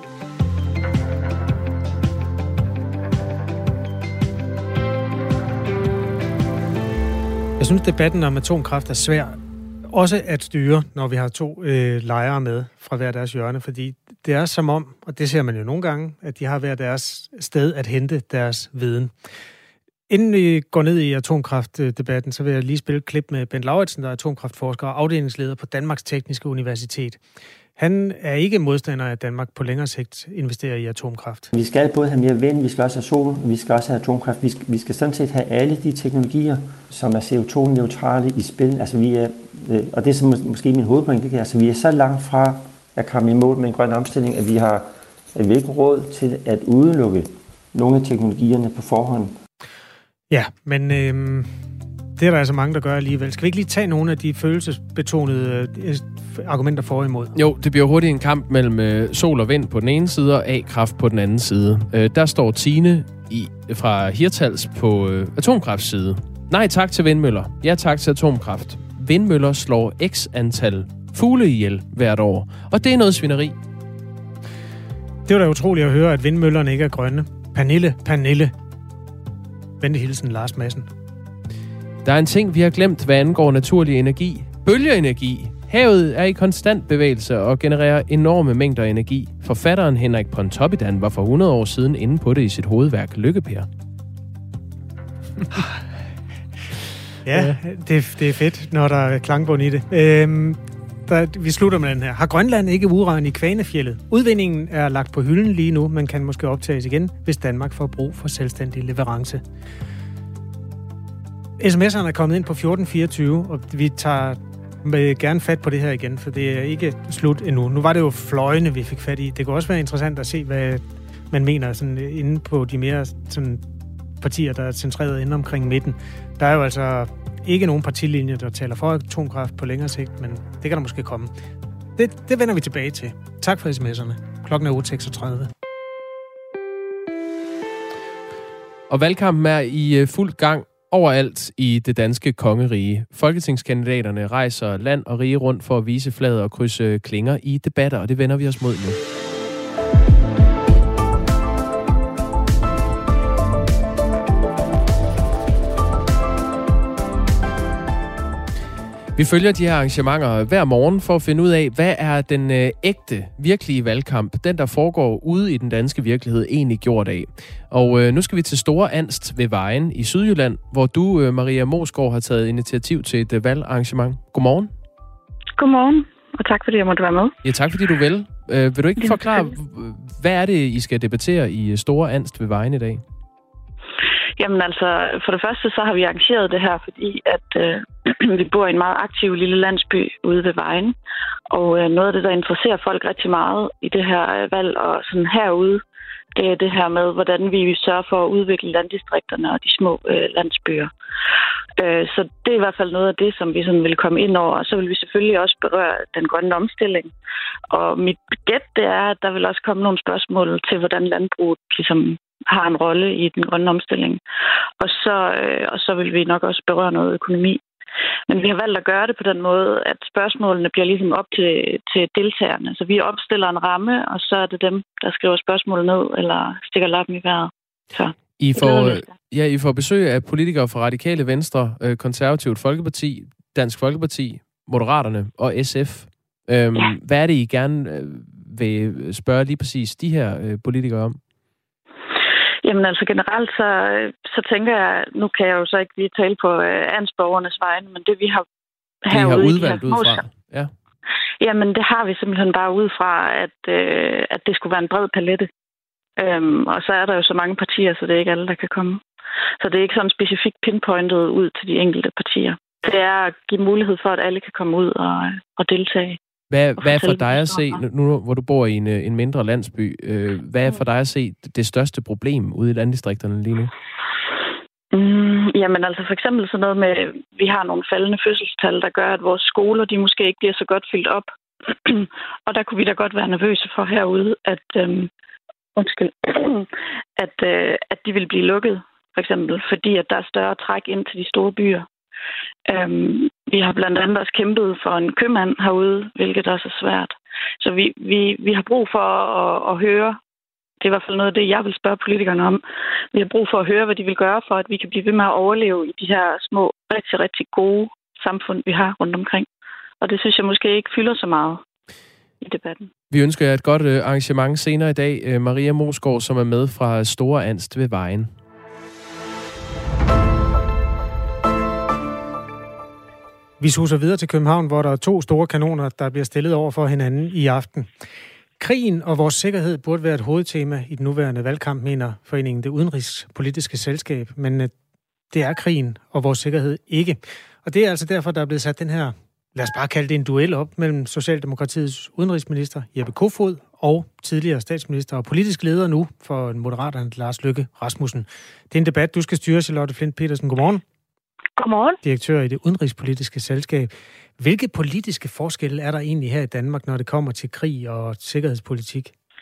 Jeg synes, debatten om atomkraft er svær også at styre, når vi har to øh, lejre med fra hver deres hjørne, fordi det er som om, og det ser man jo nogle gange, at de har hver deres sted at hente deres viden. Inden vi går ned i atomkraftdebatten, så vil jeg lige spille et klip med Bent Lauritsen, der er atomkraftforsker og afdelingsleder på Danmarks Tekniske Universitet. Han er ikke modstander af, at Danmark på længere sigt investerer i atomkraft. Vi skal både have mere vind, vi skal også have sol, vi skal også have atomkraft. Vi skal, vi skal sådan set have alle de teknologier, som er C O to neutrale i spil. Altså vi er, og det er så måske min hovedpoint, det er, altså vi er så langt fra at komme i mål med en grøn omstilling, at vi har at vi ikke råd til at udelukke nogle af teknologierne på forhånd. Ja, men øh, det er der altså mange, der gør alligevel. Skal vi ikke lige tage nogle af de følelsesbetonede øh, argumenter for og imod? Jo, det bliver hurtigt en kamp mellem øh, sol og vind på den ene side og A-kraft på den anden side. Øh, der står Tine i, fra Hirtals på øh, atomkrafts side. Nej tak til vindmøller. Ja tak til atomkraft. Vindmøller slår x antal fugle ihjel hvert år. Og det er noget svineri. Det var da utroligt at høre, at vindmøllerne ikke er grønne. Pernille, Pernille. Venlig hilsen, Lars Madsen. Der er en ting, vi har glemt, hvad angår naturlig energi. Bølgeenergi. Havet er i konstant bevægelse og genererer enorme mængder energi. Forfatteren Henrik Pontoppidan var for hundrede år siden inde på det i sit hovedværk Lykke-Per. Ja, det, det er fedt, når der er klangbund i det. Øhm, der, vi slutter med den her. Har Grønland ikke uran i Kvanefjeldet? Udvindingen er lagt på hylden lige nu, men kan måske optages igen, hvis Danmark får brug for selvstændig leverance. sms'erne er kommet ind på fjorten fireogtyve, og vi tager gerne fat på det her igen, for det er ikke slut endnu. Nu var det jo fløjene, vi fik fat i. Det kunne også være interessant at se, hvad man mener sådan, inde på de mere sådan, partier, der er centreret inde omkring midten. Der er jo altså ikke nogen partilinje, der taler for atomkraft på længere sigt, men det kan der måske komme. Det, det vender vi tilbage til. Tak for sms'erne. Klokken er otte seksogtredive. Og valgkampen er i fuld gang overalt i det danske kongerige. Folketingskandidaterne rejser land og rige rundt for at vise flaget og krydse klinger i debatter, og det vender vi os mod nu. Vi følger de her arrangementer hver morgen for at finde ud af, hvad er den øh, ægte, virkelige valgkamp, den der foregår ude i den danske virkelighed, egentlig gjort af. Og øh, nu skal vi til Store Andst ved Vejen i Sydjylland, hvor du, øh, Maria Moesgaard, har taget initiativ til et øh, valgarrangement. Godmorgen. Godmorgen, og tak fordi jeg måtte være med. Ja, tak fordi du vil. Øh, vil du ikke forklare, hvad er det, I skal debattere i Store Andst ved Vejen i dag? Jamen altså, for det første så har vi arrangeret det her, fordi at øh, vi bor i en meget aktiv lille landsby ude ved Vejen. Og øh, noget af det, der interesserer folk rigtig meget i det her øh, valg og sådan herude, det er det her med, hvordan vi sørger for at udvikle landdistrikterne og de små øh, landsbyer. Øh, så det er i hvert fald noget af det, som vi sådan vil komme ind over. Og så vil vi selvfølgelig også berøre den grønne omstilling. Og mit gæt, det er, at der vil også komme nogle spørgsmål til, hvordan landbruget ligesom har en rolle i den grønne omstilling. Og så, øh, og så vil vi nok også berøre noget økonomi. Men vi har valgt at gøre det på den måde, at spørgsmålene bliver ligesom op til, til deltagerne. Så vi opstiller en ramme, og så er det dem, der skriver spørgsmål ned, eller stikker lappen i vejret. Så I får, ja, I får besøg af politikere fra Radikale Venstre, Konservativt Folkeparti, Dansk Folkeparti, Moderaterne og S F. Øhm, ja. Hvad er det, I gerne vil spørge lige præcis de her politikere om? Jamen altså generelt, så, så tænker jeg, nu kan jeg jo så ikke lige tale på uh, ansborgernes vegne, men det vi har herude har udvalgt i de her ud fra. Ja. Jamen det har vi simpelthen bare ud fra, at, uh, at det skulle være en bred palette. Um, og så er der jo så mange partier, så det er ikke alle, der kan komme. Så det er ikke sådan specifikt pinpointet ud til de enkelte partier. Det er at give mulighed for, at alle kan komme ud og, og deltage. Hvad, hvad er for dig at se, nu hvor du bor i en, en mindre landsby, øh, hvad er for dig at se det største problem ude i landdistrikterne lige nu? Mm, jamen altså for eksempel sådan noget med, vi har nogle faldende fødselstal, der gør, at vores skoler, de måske ikke bliver så godt fyldt op. Og der kunne vi da godt være nervøse for herude, at, øhm, undskyld, at, øh, at de vil blive lukket, for eksempel, fordi at der er større træk ind til de store byer. Øhm, vi har blandt andet også kæmpet for en købmand herude, hvilket også er svært. Så vi, vi, vi har brug for at, at høre, det er i hvert fald noget af det, jeg vil spørge politikerne om. Vi har brug for at høre, hvad de vil gøre for, at vi kan blive ved med at overleve i de her små, rigtig, rigtig gode samfund, vi har rundt omkring. Og det synes jeg måske ikke fylder så meget i debatten. Vi ønsker jer et godt arrangement senere i dag. Maria Moesgaard, som er med fra Store Andst ved Vejen. Vi suser videre til København, hvor der er to store kanoner, der bliver stillet over for hinanden i aften. Krigen og vores sikkerhed burde være et hovedtema i den nuværende valgkamp, mener foreningen Det Udenrigspolitiske Selskab. Men det er krigen og vores sikkerhed ikke. Og det er altså derfor, der er blevet sat den her, lad os bare kalde det en duel op, mellem Socialdemokratiets udenrigsminister Jeppe Kofod og tidligere statsminister og politisk leder nu for Moderaterne, Lars Løkke Rasmussen. Det er en debat, du skal styre, Charlotte Flint Petersen. Godmorgen. Godmorgen. Direktør i det udenrigspolitiske selskab. Hvilke politiske forskelle er der egentlig her i Danmark, når det kommer til krig og sikkerhedspolitik?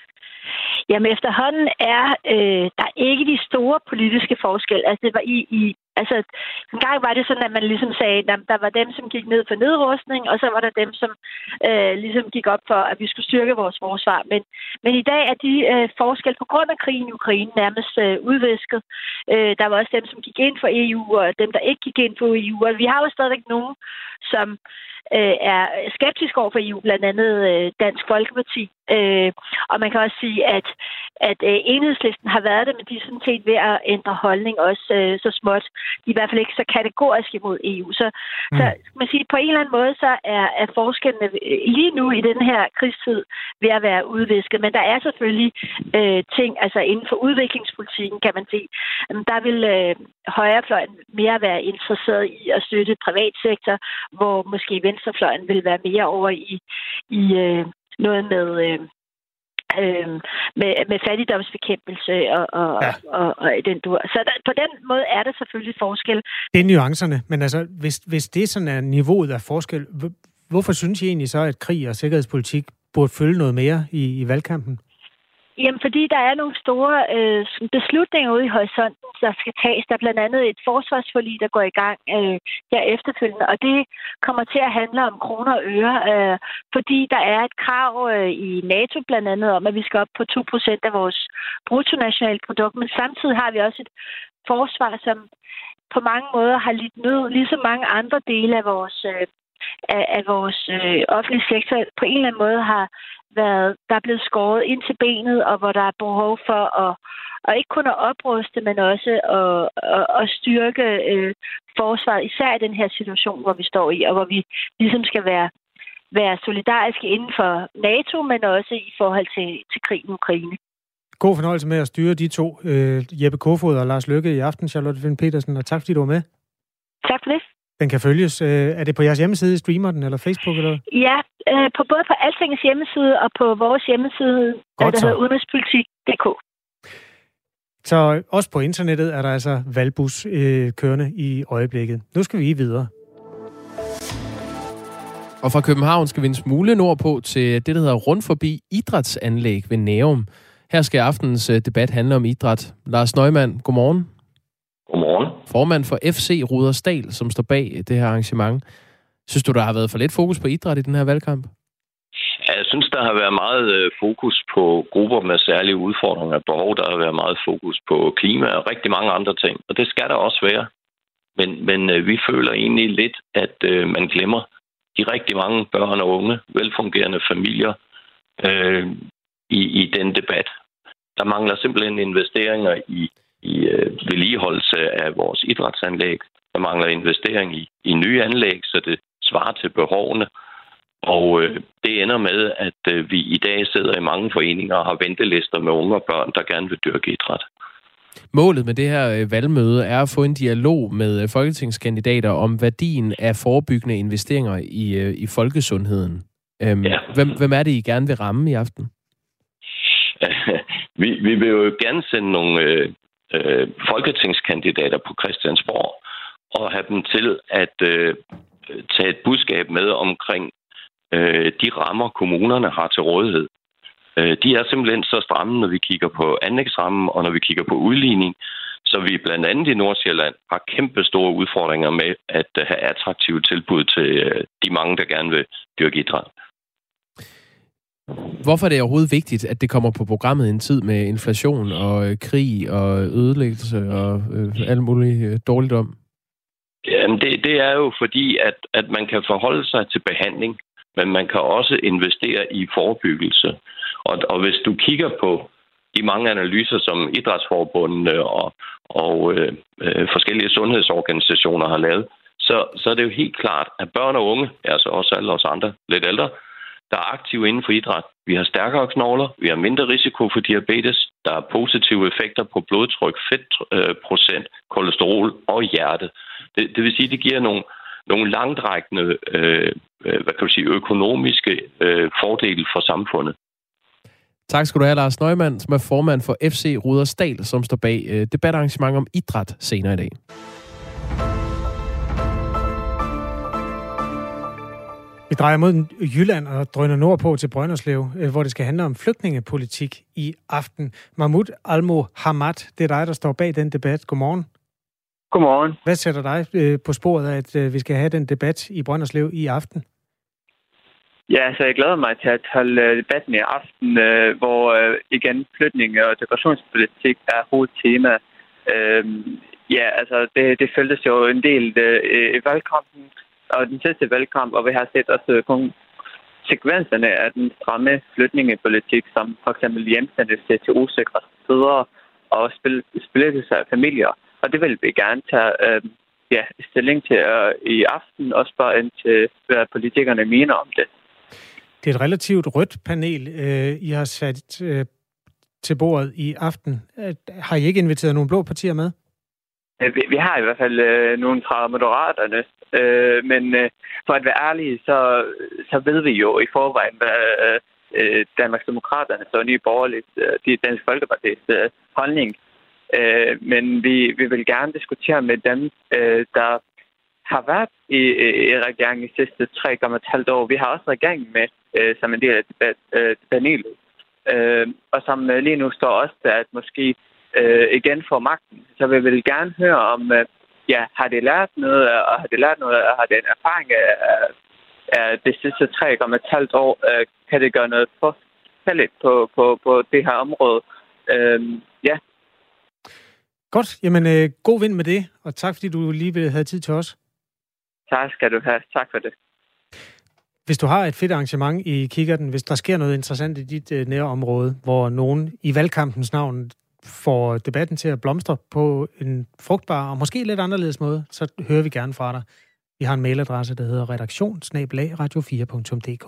Jamen efterhånden er øh, der ikke de store politiske forskelle. Altså det var i, i altså en gang var det sådan, at man ligesom sagde, at der var dem, som gik ned for nedrustning, og så var der dem, som øh, ligesom gik op for, at vi skulle styrke vores forsvar. Men, men i dag er de øh, forskelle på grund af krigen i Ukraine nærmest øh, udvisket. Øh, der var også dem, som gik ind for E U, og dem, der ikke gik ind for E U. Og vi har jo stadig nogen, som øh, er skeptiske over for E U, blandt andet øh, Dansk Folkeparti. Øh, og man kan også sige, at, at øh, Enhedslisten har været det, men de er sådan set ved at ændre holdning også øh, så småt. De er i hvert fald ikke så kategorisk imod E U. Så, mm. så man siger, på en eller anden måde, så er, er forskellene lige nu i den her krigstid ved at være udvisket. Men der er selvfølgelig øh, ting, altså inden for udviklingspolitikken, kan man sige, der vil øh, højrefløjen mere være interesseret i at støtte privatsektor, hvor måske venstrefløjen vil være mere over i, i øh, noget med... Øh, Øh, med, med fattigdomsbekæmpelse og, og, ja. og, og, og den dur. Så der, på den måde er der selvfølgelig forskel. Det er nuancerne, men altså, hvis, hvis det sådan er niveauet af forskel, hvorfor synes I egentlig så, at krig og sikkerhedspolitik burde følge noget mere i, i valgkampen? Jamen, fordi der er nogle store øh, beslutninger ude i horisonten, der skal tages. Der er blandt andet et forsvarsforlig, der går i gang øh, her efterfølgende, og det kommer til at handle om kroner og øre, øh, fordi der er et krav øh, i NATO blandt andet om, at vi skal op på to procent af vores bruttonationalprodukt, men samtidig har vi også et forsvar, som på mange måder har lidt nød, ligesom mange andre dele af vores, øh, af, af vores øh, offentlige sektor på en eller anden måde har været, der er blevet skåret ind til benet, og hvor der er behov for at, at ikke kun at opruste, men også at, at, at styrke øh, forsvaret, især i den her situation, hvor vi står i, og hvor vi ligesom skal være, være solidariske inden for NATO, men også i forhold til, til krigen i Ukraine. God fornøjelse med at styre de to, øh, Jeppe Kofod og Lars Løkke i aften, Charlotte Flint Petersen, og tak fordi du var med. Tak for det. Den kan følges. Er det på jeres hjemmeside, streamer den, eller Facebook? Eller? Ja, øh, på både på Altingets hjemmeside og på vores hjemmeside, Godt, der hedder udenrigspolitik punktum d k. Så også på internettet er der altså valgbus øh, kørende i øjeblikket. Nu skal vi videre. Og fra København skal vi en smule nordpå til det, der hedder rundt forbi idrætsanlæg ved Nærum. Her skal aftenens debat handle om idræt. Lars Neumann, godmorgen. Godmorgen. Formand for F C Rudersdal, som står bag det her arrangement. Synes du, der har været for lidt fokus på idræt i den her valgkamp? Ja, jeg synes, der har været meget fokus på grupper med særlige udfordringer og behov. Der har været meget fokus på klima og rigtig mange andre ting. Og det skal der også være. Men, men vi føler egentlig lidt, at øh, man glemmer de rigtig mange børn og unge, velfungerende familier øh, i, i den debat. Der mangler simpelthen investeringer i i øh, vedligeholdelse af vores idrætsanlæg. Der mangler investering i, i nye anlæg, så det svarer til behovene. Og øh, det ender med, at øh, vi i dag sidder i mange foreninger og har ventelister med unge og børn, der gerne vil dyrke idræt. Målet med det her øh, valgmøde er at få en dialog med øh, folketingskandidater om værdien af forebyggende investeringer i, øh, i folkesundheden. Øhm, ja. hvem, hvem er det, I gerne vil ramme i aften? vi, vi vil jo gerne sende nogle... Øh, Øh, folketingskandidater på Christiansborg og have dem til at øh, tage et budskab med omkring øh, de rammer, kommunerne har til rådighed. Øh, de er simpelthen så stramme, når vi kigger på anlægsrammen og når vi kigger på udligning, så vi blandt andet i Nordsjælland har kæmpe store udfordringer med at øh, have attraktive tilbud til øh, de mange, der gerne vil dyrke idræt. Hvorfor er det overhovedet vigtigt, at det kommer på programmet i en tid med inflation og øh, krig og ødelæggelse og øh, alt muligt øh, dårligdom? Jamen det, det er jo fordi, at, at man kan forholde sig til behandling, men man kan også investere i forebyggelse. Og, og hvis du kigger på de mange analyser, som idrætsforbundene og, og øh, øh, forskellige sundhedsorganisationer har lavet, så, så er det jo helt klart, at børn og unge, altså også alle os andre lidt ældre, der er aktive inden for idræt. Vi har stærkere knogler, vi har mindre risiko for diabetes, der er positive effekter på blodtryk, fedtprocent, kolesterol og hjerte. Det, det vil sige, at det giver nogle, nogle langtrækkende øh, hvad kan du sige, økonomiske øh, fordele for samfundet. Tak skal du have, Lars Neumann, som er formand for F C Rudersdal, som står bag øh, debatarrangement om idræt senere i dag. Vi drejer mod Jylland og drøner nordpå til Brønderslev, hvor det skal handle om flygtningepolitik i aften. Mahmoud Al-Mohammad, det er dig, der står bag den debat. Godmorgen. Godmorgen. Hvad sætter dig på sporet af, at vi skal have den debat i Brønderslev i aften? Ja, så jeg glæder mig til at holde debatten i aften, hvor igen flytning og integrationspolitik er hovedtema. Ja, altså det, det føltes jo en del i valgkampen, og den sidste valgkamp, og vi har set også konsekvenserne af den stramme flytningepolitik, som for eksempel hjemsendelse til usikre steder og splittelse af familier. Og det vil vi gerne tage øh, ja, stilling til øh, i aften, og spørge ind til, hvad politikerne mener om det. Det er et relativt rødt panel, øh, I har sat øh, til bordet i aften. Har I ikke inviteret nogle blå partier med? Vi, vi har i hvert fald øh, nogle fra Moderaterne, øh, men øh, for at være ærlige, så, så ved vi jo i forvejen, hvad øh, Danmarksdemokraterne, så Nye Borgerlige, øh, de Dansk Folkepartis øh, holdning. Øh, men vi, vi vil gerne diskutere med dem, øh, der har været i, i regeringen i sidste tre komma fem år. Vi har også regeringen med øh, som en del af debat, øh, panelet, øh, og som øh, lige nu står også der, at måske Øh, igen for magten. Så vi vil gerne høre om, øh, ja, har det lært noget, og har det lært noget, og har det en erfaring af, af de sidste tre komma fem år, øh, kan det gøre noget forskelligt på, på, på det her område. Øh, ja. Godt. Jamen, øh, god vind med det, og tak fordi du lige ville have tid til os. Tak skal du have. Tak for det. Hvis du har et fedt arrangement i kikkerten, hvis der sker noget interessant i dit øh, nærområde, hvor nogen i valgkampens navn får debatten til at blomstre på en frugtbar og måske lidt anderledes måde, så hører vi gerne fra dig. Vi har en mailadresse, der hedder redaktion snabel-a radio fire punktum d k.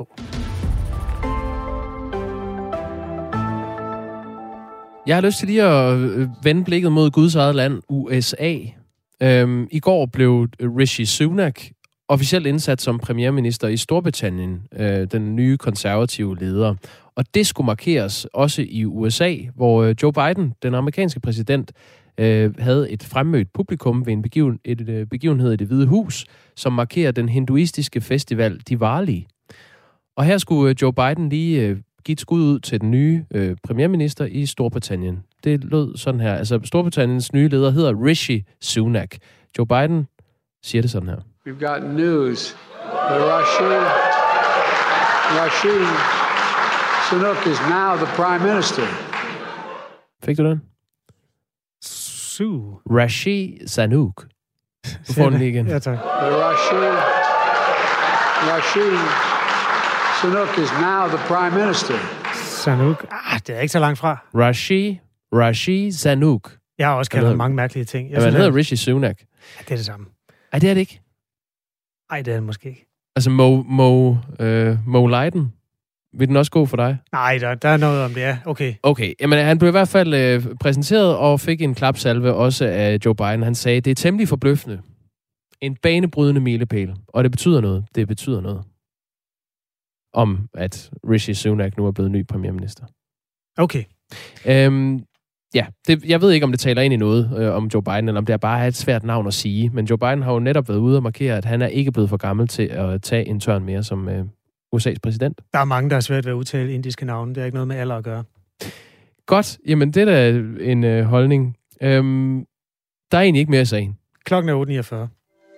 Jeg har lyst til lige at vende blikket mod Guds eget land, U S A. Øhm, I går blev Rishi Sunak officielt indsat som premierminister i Storbritannien, øh, den nye konservative leder. Og det skulle markeres også i U S A, hvor Joe Biden, den amerikanske præsident, øh, havde et fremmødt publikum ved en begiven, et, et begivenhed i Det Hvide Hus, som markerer den hinduistiske festival Diwali. Og her skulle Joe Biden lige øh, give et skud ud til den nye øh, premierminister i Storbritannien. Det lød sådan her. Altså, Storbritanniens nye leder hedder Rishi Sunak. Joe Biden siger det sådan her. We've got news that Rashid, Rashid Sunak is now the prime minister. Fik du den? Su. Rashid Sunak. Du får den lige igen. Ja, tak. Rashid, Rashid Sunak is now the prime minister. Sunak. Ah, det er ikke så langt fra. Rashid, Rashid Sunak. Jeg har også kaldt mange mærkelige ting. Jeg ja, hedder Rishi Sunak. Ja, det er det samme. Ej, det er det ikke. Ej, det er det måske ikke. Altså, Mo, Mo, øh, Mo Leiden, vil den også gå for dig? Nej, der, der er noget om det, ja. Okay. Okay, jamen han blev i hvert fald øh, præsenteret og fik en klapsalve også af Joe Biden. Han sagde, det er temmelig forbløffende. En banebrydende milepæl. Og det betyder noget. Det betyder noget. Om at Rishi Sunak nu er blevet ny premierminister. Okay. Øhm, Ja, det, jeg ved ikke, om det taler ind i noget øh, om Joe Biden, eller om det er bare et svært navn at sige. Men Joe Biden har jo netop været ude og markere, at han er ikke blevet for gammel til at tage en tørn mere som øh, U S A's præsident. Der er mange, der er svært ved at udtale indiske navne. Det er ikke noget med alder at gøre. Godt. Jamen, det er da en øh, holdning. Øhm, der er egentlig ikke mere i sagen. Klokken er otte niogfyrre.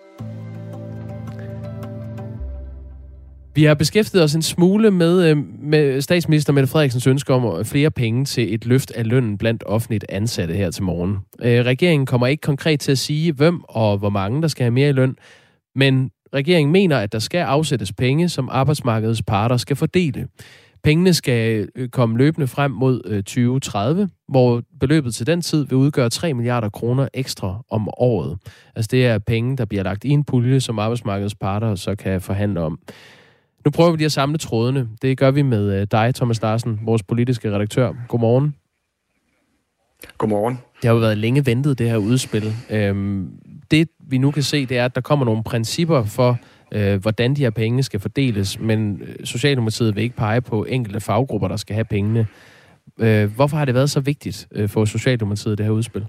Vi har beskæftiget os en smule med, med statsminister Mette Frederiksens ønske om flere penge til et løft af lønnen blandt offentligt ansatte her til morgen. Regeringen kommer ikke konkret til at sige, hvem og hvor mange, der skal have mere i løn, men regeringen mener, at der skal afsættes penge, som arbejdsmarkedets parter skal fordele. Pengene skal komme løbende frem mod tyve tredive, hvor beløbet til den tid vil udgøre tre milliarder kroner ekstra om året. Altså det er penge, der bliver lagt i en pulje, som arbejdsmarkedets parter så kan forhandle om. Nu prøver vi lige at samle trådene. Det gør vi med dig, Thomas Larsen, vores politiske redaktør. Godmorgen. Godmorgen. Det har jo været længe ventet, det her udspil. Det, vi nu kan se, det er, at der kommer nogle principper for, hvordan de her penge skal fordeles, men Socialdemokratiet vil ikke pege på enkelte faggrupper, der skal have pengene. Øh, hvorfor har det været så vigtigt øh, for Socialdemokratiet, det her udspil?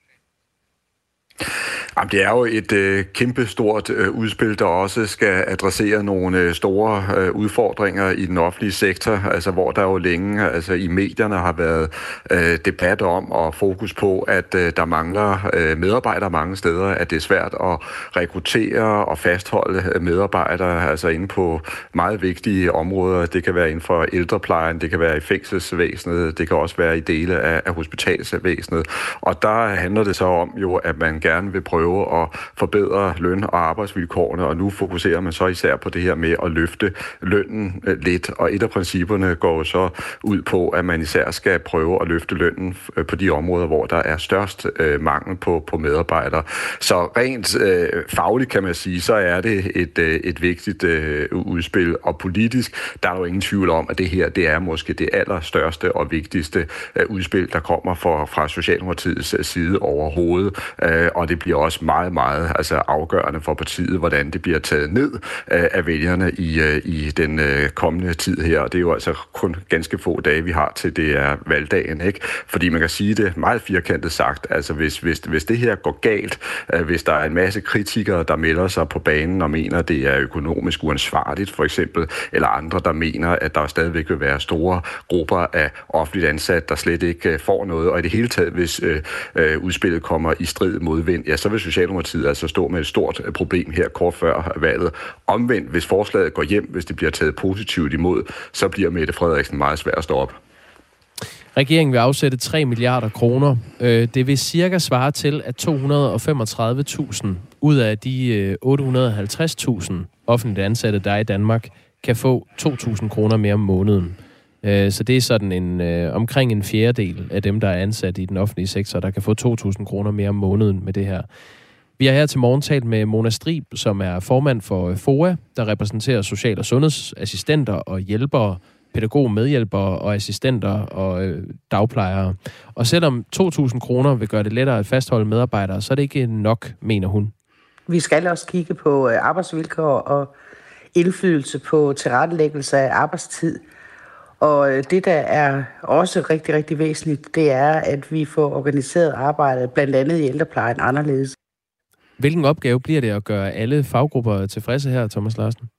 Jamen, det er jo et øh, kæmpestort øh, udspil, der også skal adressere nogle øh, store øh, udfordringer i den offentlige sektor, altså hvor der jo længe altså i medierne har været øh, debat om og fokus på, at øh, der mangler øh, medarbejdere mange steder, at det er svært at rekruttere og fastholde medarbejdere, altså inde på meget vigtige områder. Det kan være inden for ældreplejen, det kan være i fængselsvæsenet, det kan også være i dele af, af hospitalsvæsenet. Og der handler det så om jo, at man gerne vil prøve at forbedre løn- og arbejdsvilkårene, og nu fokuserer man så især på det her med at løfte lønnen lidt, og et af principperne går så ud på, at man især skal prøve at løfte lønnen på de områder, hvor der er størst øh, mangel på, på medarbejdere. Så rent øh, fagligt kan man sige, så er det et, øh, et vigtigt øh, udspil, og politisk, der er jo ingen tvivl om, at det her, det er måske det allerstørste og vigtigste øh, udspil, der kommer for, fra Socialdemokratiets side overhovedet, øh, og det bliver også meget, meget altså afgørende for partiet, hvordan det bliver taget ned øh, af vælgerne i, øh, i den øh, kommende tid her. Og det er jo altså kun ganske få dage, vi har til det er valgdagen, ikke? Fordi man kan sige det meget firkantet sagt, altså hvis, hvis, hvis det her går galt, øh, hvis der er en masse kritikere, der melder sig på banen og mener, det er økonomisk uansvarligt for eksempel, eller andre, der mener, at der stadigvæk vil være store grupper af offentligt ansat, der slet ikke øh, får noget, og i det hele taget, hvis øh, øh, udspillet kommer i strid modvind, ja, så vil Socialdemokratiet altså stå med et stort problem her kort før valget. Omvendt, hvis forslaget går hjem, hvis det bliver taget positivt imod, så bliver Mette Frederiksen meget svær at stå op. Regeringen vil afsætte tre milliarder kroner. Det vil cirka svare til, at to hundrede og femogtredive tusind ud af de otte hundrede og halvtreds tusind offentligt ansatte, der er i Danmark, kan få to tusind kroner mere om måneden. Så det er sådan en øh, omkring en fjerdedel af dem, der er ansat i den offentlige sektor, der kan få to tusind kroner mere om måneden med det her. Vi har her til morgen talt med Mona Strib, som er formand for F O A, der repræsenterer social- og sundhedsassistenter og hjælpere, pædagog-medhjælpere og assistenter og øh, dagplejere. Og selvom to tusind kroner vil gøre det lettere at fastholde medarbejdere, så er det ikke nok, mener hun. Vi skal også kigge på arbejdsvilkår og indflydelse på tilrettelæggelse af arbejdstid. Og det, der er også rigtig, rigtig væsentligt, det er, at vi får organiseret arbejdet, blandt andet i ældreplejen, anderledes. Hvilken opgave bliver det at gøre alle faggrupper tilfredse her, Thomas Larsen?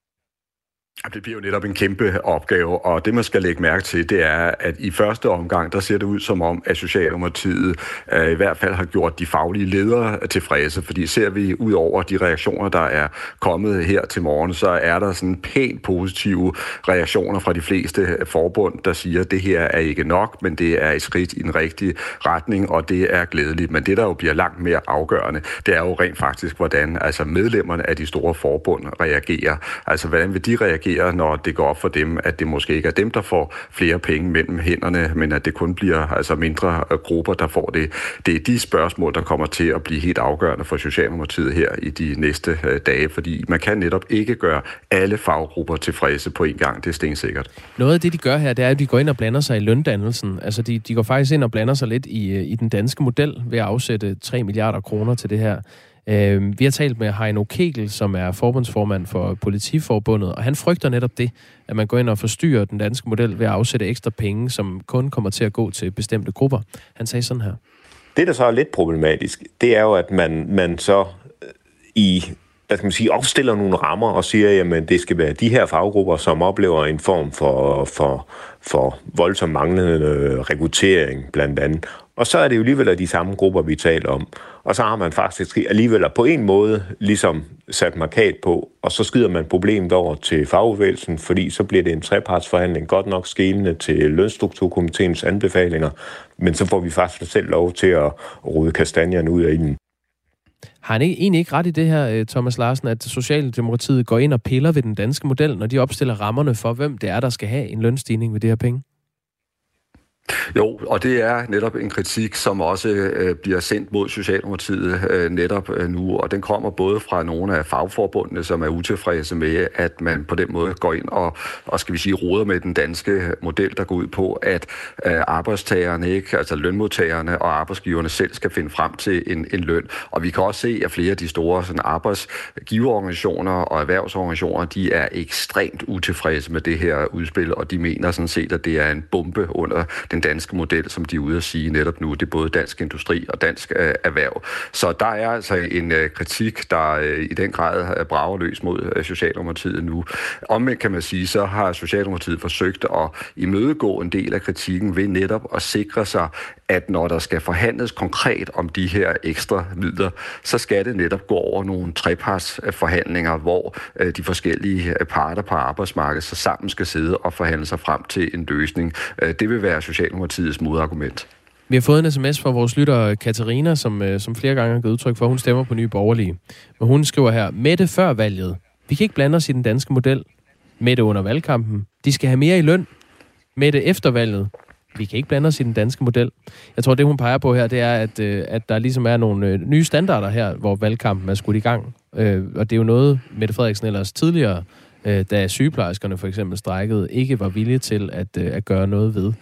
Det bliver jo netop en kæmpe opgave, og det man skal lægge mærke til, det er, at i første omgang, der ser det ud som om, at Socialdemokratiet øh, i hvert fald har gjort de faglige ledere tilfredse, fordi ser vi ud over de reaktioner, der er kommet her til morgen, så er der sådan pænt positive reaktioner fra de fleste forbund, der siger, at det her er ikke nok, men det er et skridt i den rigtige retning, og det er glædeligt. Men det, der jo bliver langt mere afgørende, det er jo rent faktisk, hvordan altså medlemmerne af de store forbund reagerer. Altså, hvordan vil de reagere, når det går op for dem, at det måske ikke er dem, der får flere penge mellem hænderne, men at det kun bliver altså mindre grupper, der får det. Det er de spørgsmål, der kommer til at blive helt afgørende for Socialdemokratiet her i de næste dage, fordi man kan netop ikke gøre alle faggrupper tilfredse på en gang. Det er stensikkert. Noget af det, de gør her, det er, at de går ind og blander sig i løndannelsen. Altså, de, de går faktisk ind og blander sig lidt i, i den danske model ved at afsætte tre milliarder kroner til det her. Uh, vi har talt med Heino Kegel, som er forbundsformand for Politiforbundet, og han frygter netop det, at man går ind og forstyrrer den danske model ved at afsætte ekstra penge, som kun kommer til at gå til bestemte grupper. Han sagde sådan her. Det, der så er lidt problematisk, det er jo, at man, man så i hvad skal man sige, opstiller nogle rammer og siger, jamen det skal være de her faggrupper, som oplever en form for, for, for voldsom manglende rekruttering blandt andet. Og så er det jo alligevel de samme grupper, vi taler om. Og så har man faktisk alligevel på en måde ligesom sat markat på, og så skider man problemet over til fagbevægelsen, fordi så bliver det en trepartsforhandling, godt nok skelende til lønstrukturkomiteens anbefalinger, men så får vi faktisk selv lov til at rode kastanjerne ud af ilden. Har han egentlig ikke ret i det her, Thomas Larsen, at Socialdemokratiet går ind og piller ved den danske model, når de opstiller rammerne for, hvem det er, der skal have en lønstigning ved det her penge? Jo, og det er netop en kritik, som også øh, bliver sendt mod Socialdemokratiet øh, netop øh, nu, og den kommer både fra nogle af fagforbundene, som er utilfredse med, at man på den måde går ind og, og skal vi sige, roder med den danske model, der går ud på, at øh, arbejdstagerne, ikke, altså lønmodtagerne og arbejdsgiverne selv skal finde frem til en, en løn. Og vi kan også se, at flere af de store sådan, arbejdsgiverorganisationer og erhvervsorganisationer, de er ekstremt utilfredse med det her udspil, og de mener sådan set, at det er en bombe under den danske model, som de er ude at sige netop nu. Det er både dansk industri og dansk øh, erhverv. Så der er altså en øh, kritik, der øh, i den grad brager løs mod øh, Socialdemokratiet nu. Omvendt kan man sige, så har Socialdemokratiet forsøgt at imødegå en del af kritikken ved netop at sikre sig, at når der skal forhandles konkret om de her ekstra midler, så skal det netop gå over nogle trepartsforhandlinger, hvor øh, de forskellige parter på arbejdsmarkedet så sammen skal sidde og forhandle sig frem til en løsning. Øh, det vil være Socialdemokratiets modargument. Vi har fået en sms fra vores lytter Katarina, som, øh, som flere gange har givet udtryk for, at hun stemmer på Nye Borgerlige. Men hun skriver her, Mette før valget. Vi kan ikke blande os i den danske model. Mette under valgkampen. De skal have mere i løn. Mette efter valget. Vi kan ikke blande os i den danske model. Jeg tror, det hun peger på her, det er, at, øh, at der ligesom er nogle øh, nye standarder her, hvor valgkampen er skudt i gang. Øh, og det er jo noget, Mette Frederiksen ellers tidligere, øh, da sygeplejerskerne for eksempel strejkede, ikke var villige til at, øh, at gøre noget ved.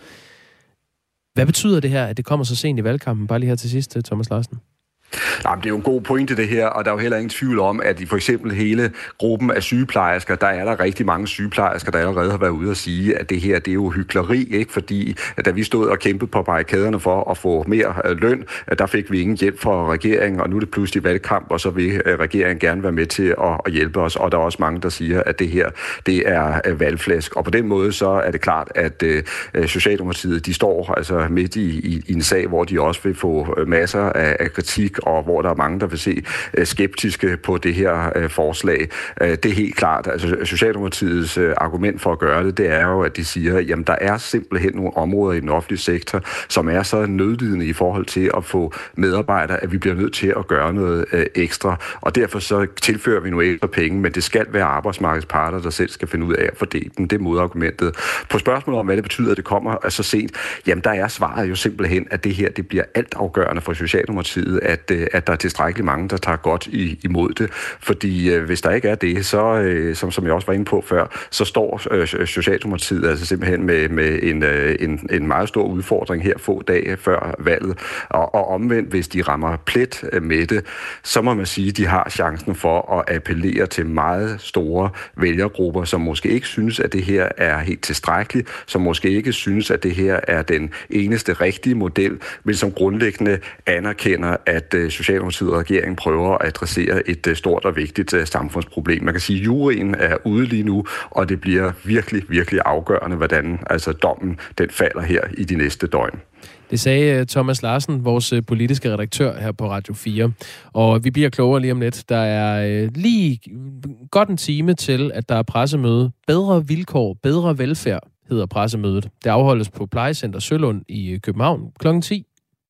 Hvad betyder det her, at det kommer så sent i valgkampen? Bare lige her til sidst, Thomas Larsen. Jamen, det er jo en god pointe, det her, og der er jo heller ingen tvivl om, at i for eksempel hele gruppen af sygeplejersker, der er der rigtig mange sygeplejersker, der allerede har været ude og sige, at det her, det er jo hykleri, ikke? Fordi at da vi stod og kæmpede på barrikaderne for at få mere løn, der fik vi ingen hjælp fra regeringen, og nu er det pludselig valgkamp, og så vil regeringen gerne være med til at hjælpe os, og der er også mange, der siger, at det her, det er valgflæsk, og på den måde så er det klart, at Socialdemokratiet, de står altså midt i, i, i en sag, hvor de også vil få masser af, af kritik, og hvor der er mange, der vil se skeptiske på det her forslag. Det er helt klart. Altså, Socialdemokratiets argument for at gøre det, det er jo, at de siger, jamen der er simpelthen nogle områder i den offentlige sektor, som er så nødlidende i forhold til at få medarbejdere, at vi bliver nødt til at gøre noget ekstra. Og derfor så tilfører vi nogle ekstra penge, men det skal være arbejdsmarkedets parter, der selv skal finde ud af at fordele dem. Det er modargumentet. På spørgsmålet om, hvad det betyder, at det kommer så sent, jamen der er svaret jo simpelthen, at det her, det bliver altafgørende for Socialdemokratiet, at at der er tilstrækkeligt mange, der tager godt i, imod det. Fordi øh, hvis der ikke er det, så, øh, som, som jeg også var inde på før, så står øh, Socialdemokratiet altså simpelthen med, med en, øh, en, en meget stor udfordring her få dage før valget. Og, og omvendt, hvis de rammer plet med det, så må man sige, at de har chancen for at appellere til meget store vælgergrupper, som måske ikke synes, at det her er helt tilstrækkeligt, som måske ikke synes, at det her er den eneste rigtige model, men som grundlæggende anerkender, at Socialdemokratiet og regeringen prøver at adressere et stort og vigtigt samfundsproblem. Man kan sige, at juryen er ude lige nu, og det bliver virkelig, virkelig afgørende, hvordan altså dommen den falder her i de næste døgn. Det sagde Thomas Larsen, vores politiske redaktør her på Radio fire. Og vi bliver klogere lige om lidt. Der er lige godt en time til, at der er pressemøde. Bedre vilkår, bedre velfærd hedder pressemødet. Det afholdes på Plejecenter Sølund i København klokken ti.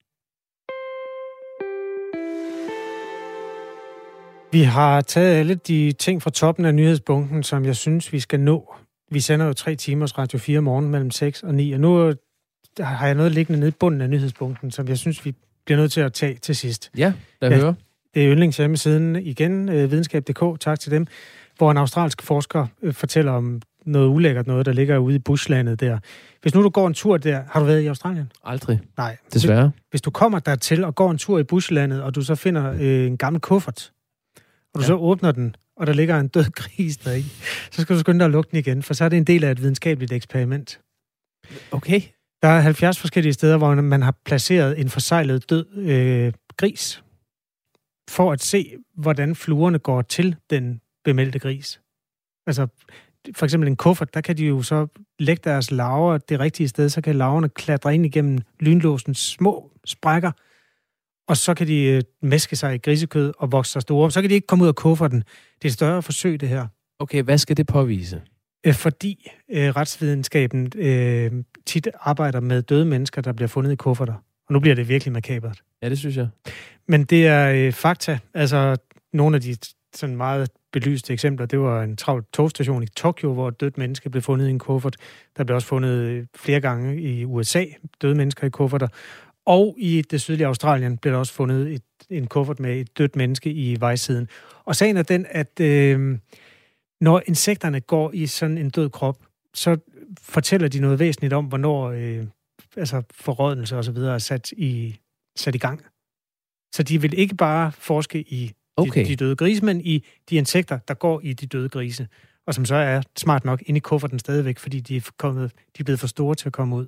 Vi har taget alle de ting fra toppen af nyhedsbunken, som jeg synes, vi skal nå. Vi sender jo tre timers Radio fire morgen mellem seks og ni, og nu har jeg noget liggende nede i bunden af nyhedsbunken, som jeg synes, vi bliver nødt til at tage til sidst. Ja, lad ja, høre. Det er yndlingshjemmesiden igen, videnskab punktum d k, tak til dem, hvor en australsk forsker fortæller om noget ulækkert, noget, der ligger ude i bushlandet der. Hvis nu du går en tur der, har du været i Australien? Aldrig. Nej. Desværre. Hvis, hvis du kommer dertil og går en tur i bushlandet, og du så finder øh, en gammel kuffert, og du ja. så åbner den, og der ligger en død gris deri, så skal du skynde dig at lukke den igen, for så er det en del af et videnskabeligt eksperiment. Okay. Der er halvfjerds forskellige steder, hvor man har placeret en forsejlet død øh, gris, for at se, hvordan fluerne går til den bemeldte gris. Altså, for eksempel en kuffert, der kan de jo så lægge deres larver det rigtige sted, så kan larverne klatre ind igennem lynlåsens små sprækker, og så kan de øh, mæske sig i grisekød og vokse sig store. Så kan de ikke komme ud af kufferten. Det er et større forsøg, det her. Okay, hvad skal det påvise? Øh, fordi øh, retsvidenskaben øh, tit arbejder med døde mennesker, der bliver fundet i kufferter. Og nu bliver det virkelig makabert. Ja, det synes jeg. Men det er øh, fakta. Altså, nogle af de sådan meget belyste eksempler, det var en travl togstation i Tokyo, hvor et dødt menneske blev fundet i en kuffert. Der blev også fundet flere gange i U S A døde mennesker i kufferter. Og i det sydlige Australien blev der også fundet et, en kuffert med et dødt menneske i vejsiden. Og sagen er den, at øh, når insekterne går i sådan en død krop, så fortæller de noget væsentligt om, hvornår øh, altså forrådnelse og så videre er sat i, sat i gang. Så de vil ikke bare forske i okay. de, de døde grise, men i de insekter, der går i de døde grise. Og som så er smart nok inde i kufferten stadigvæk, fordi de er, kommet, de er blevet for store til at komme ud.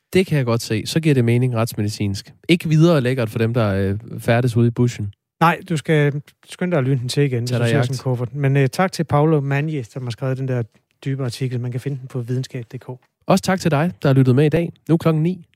Det kan jeg godt se. Så giver det mening retsmedicinsk. Ikke videre lækkert for dem, der øh, færdes ude i bussen. Nej, du skal skynde dig at lytte den til igen. Tag dig jagt. Sådan kuffert. Men uh, tak til Paolo Manje, som har skrevet den der dybe artikel. Man kan finde den på videnskab punktum d k. Også tak til dig, der har lyttet med i dag. Nu klokken ni.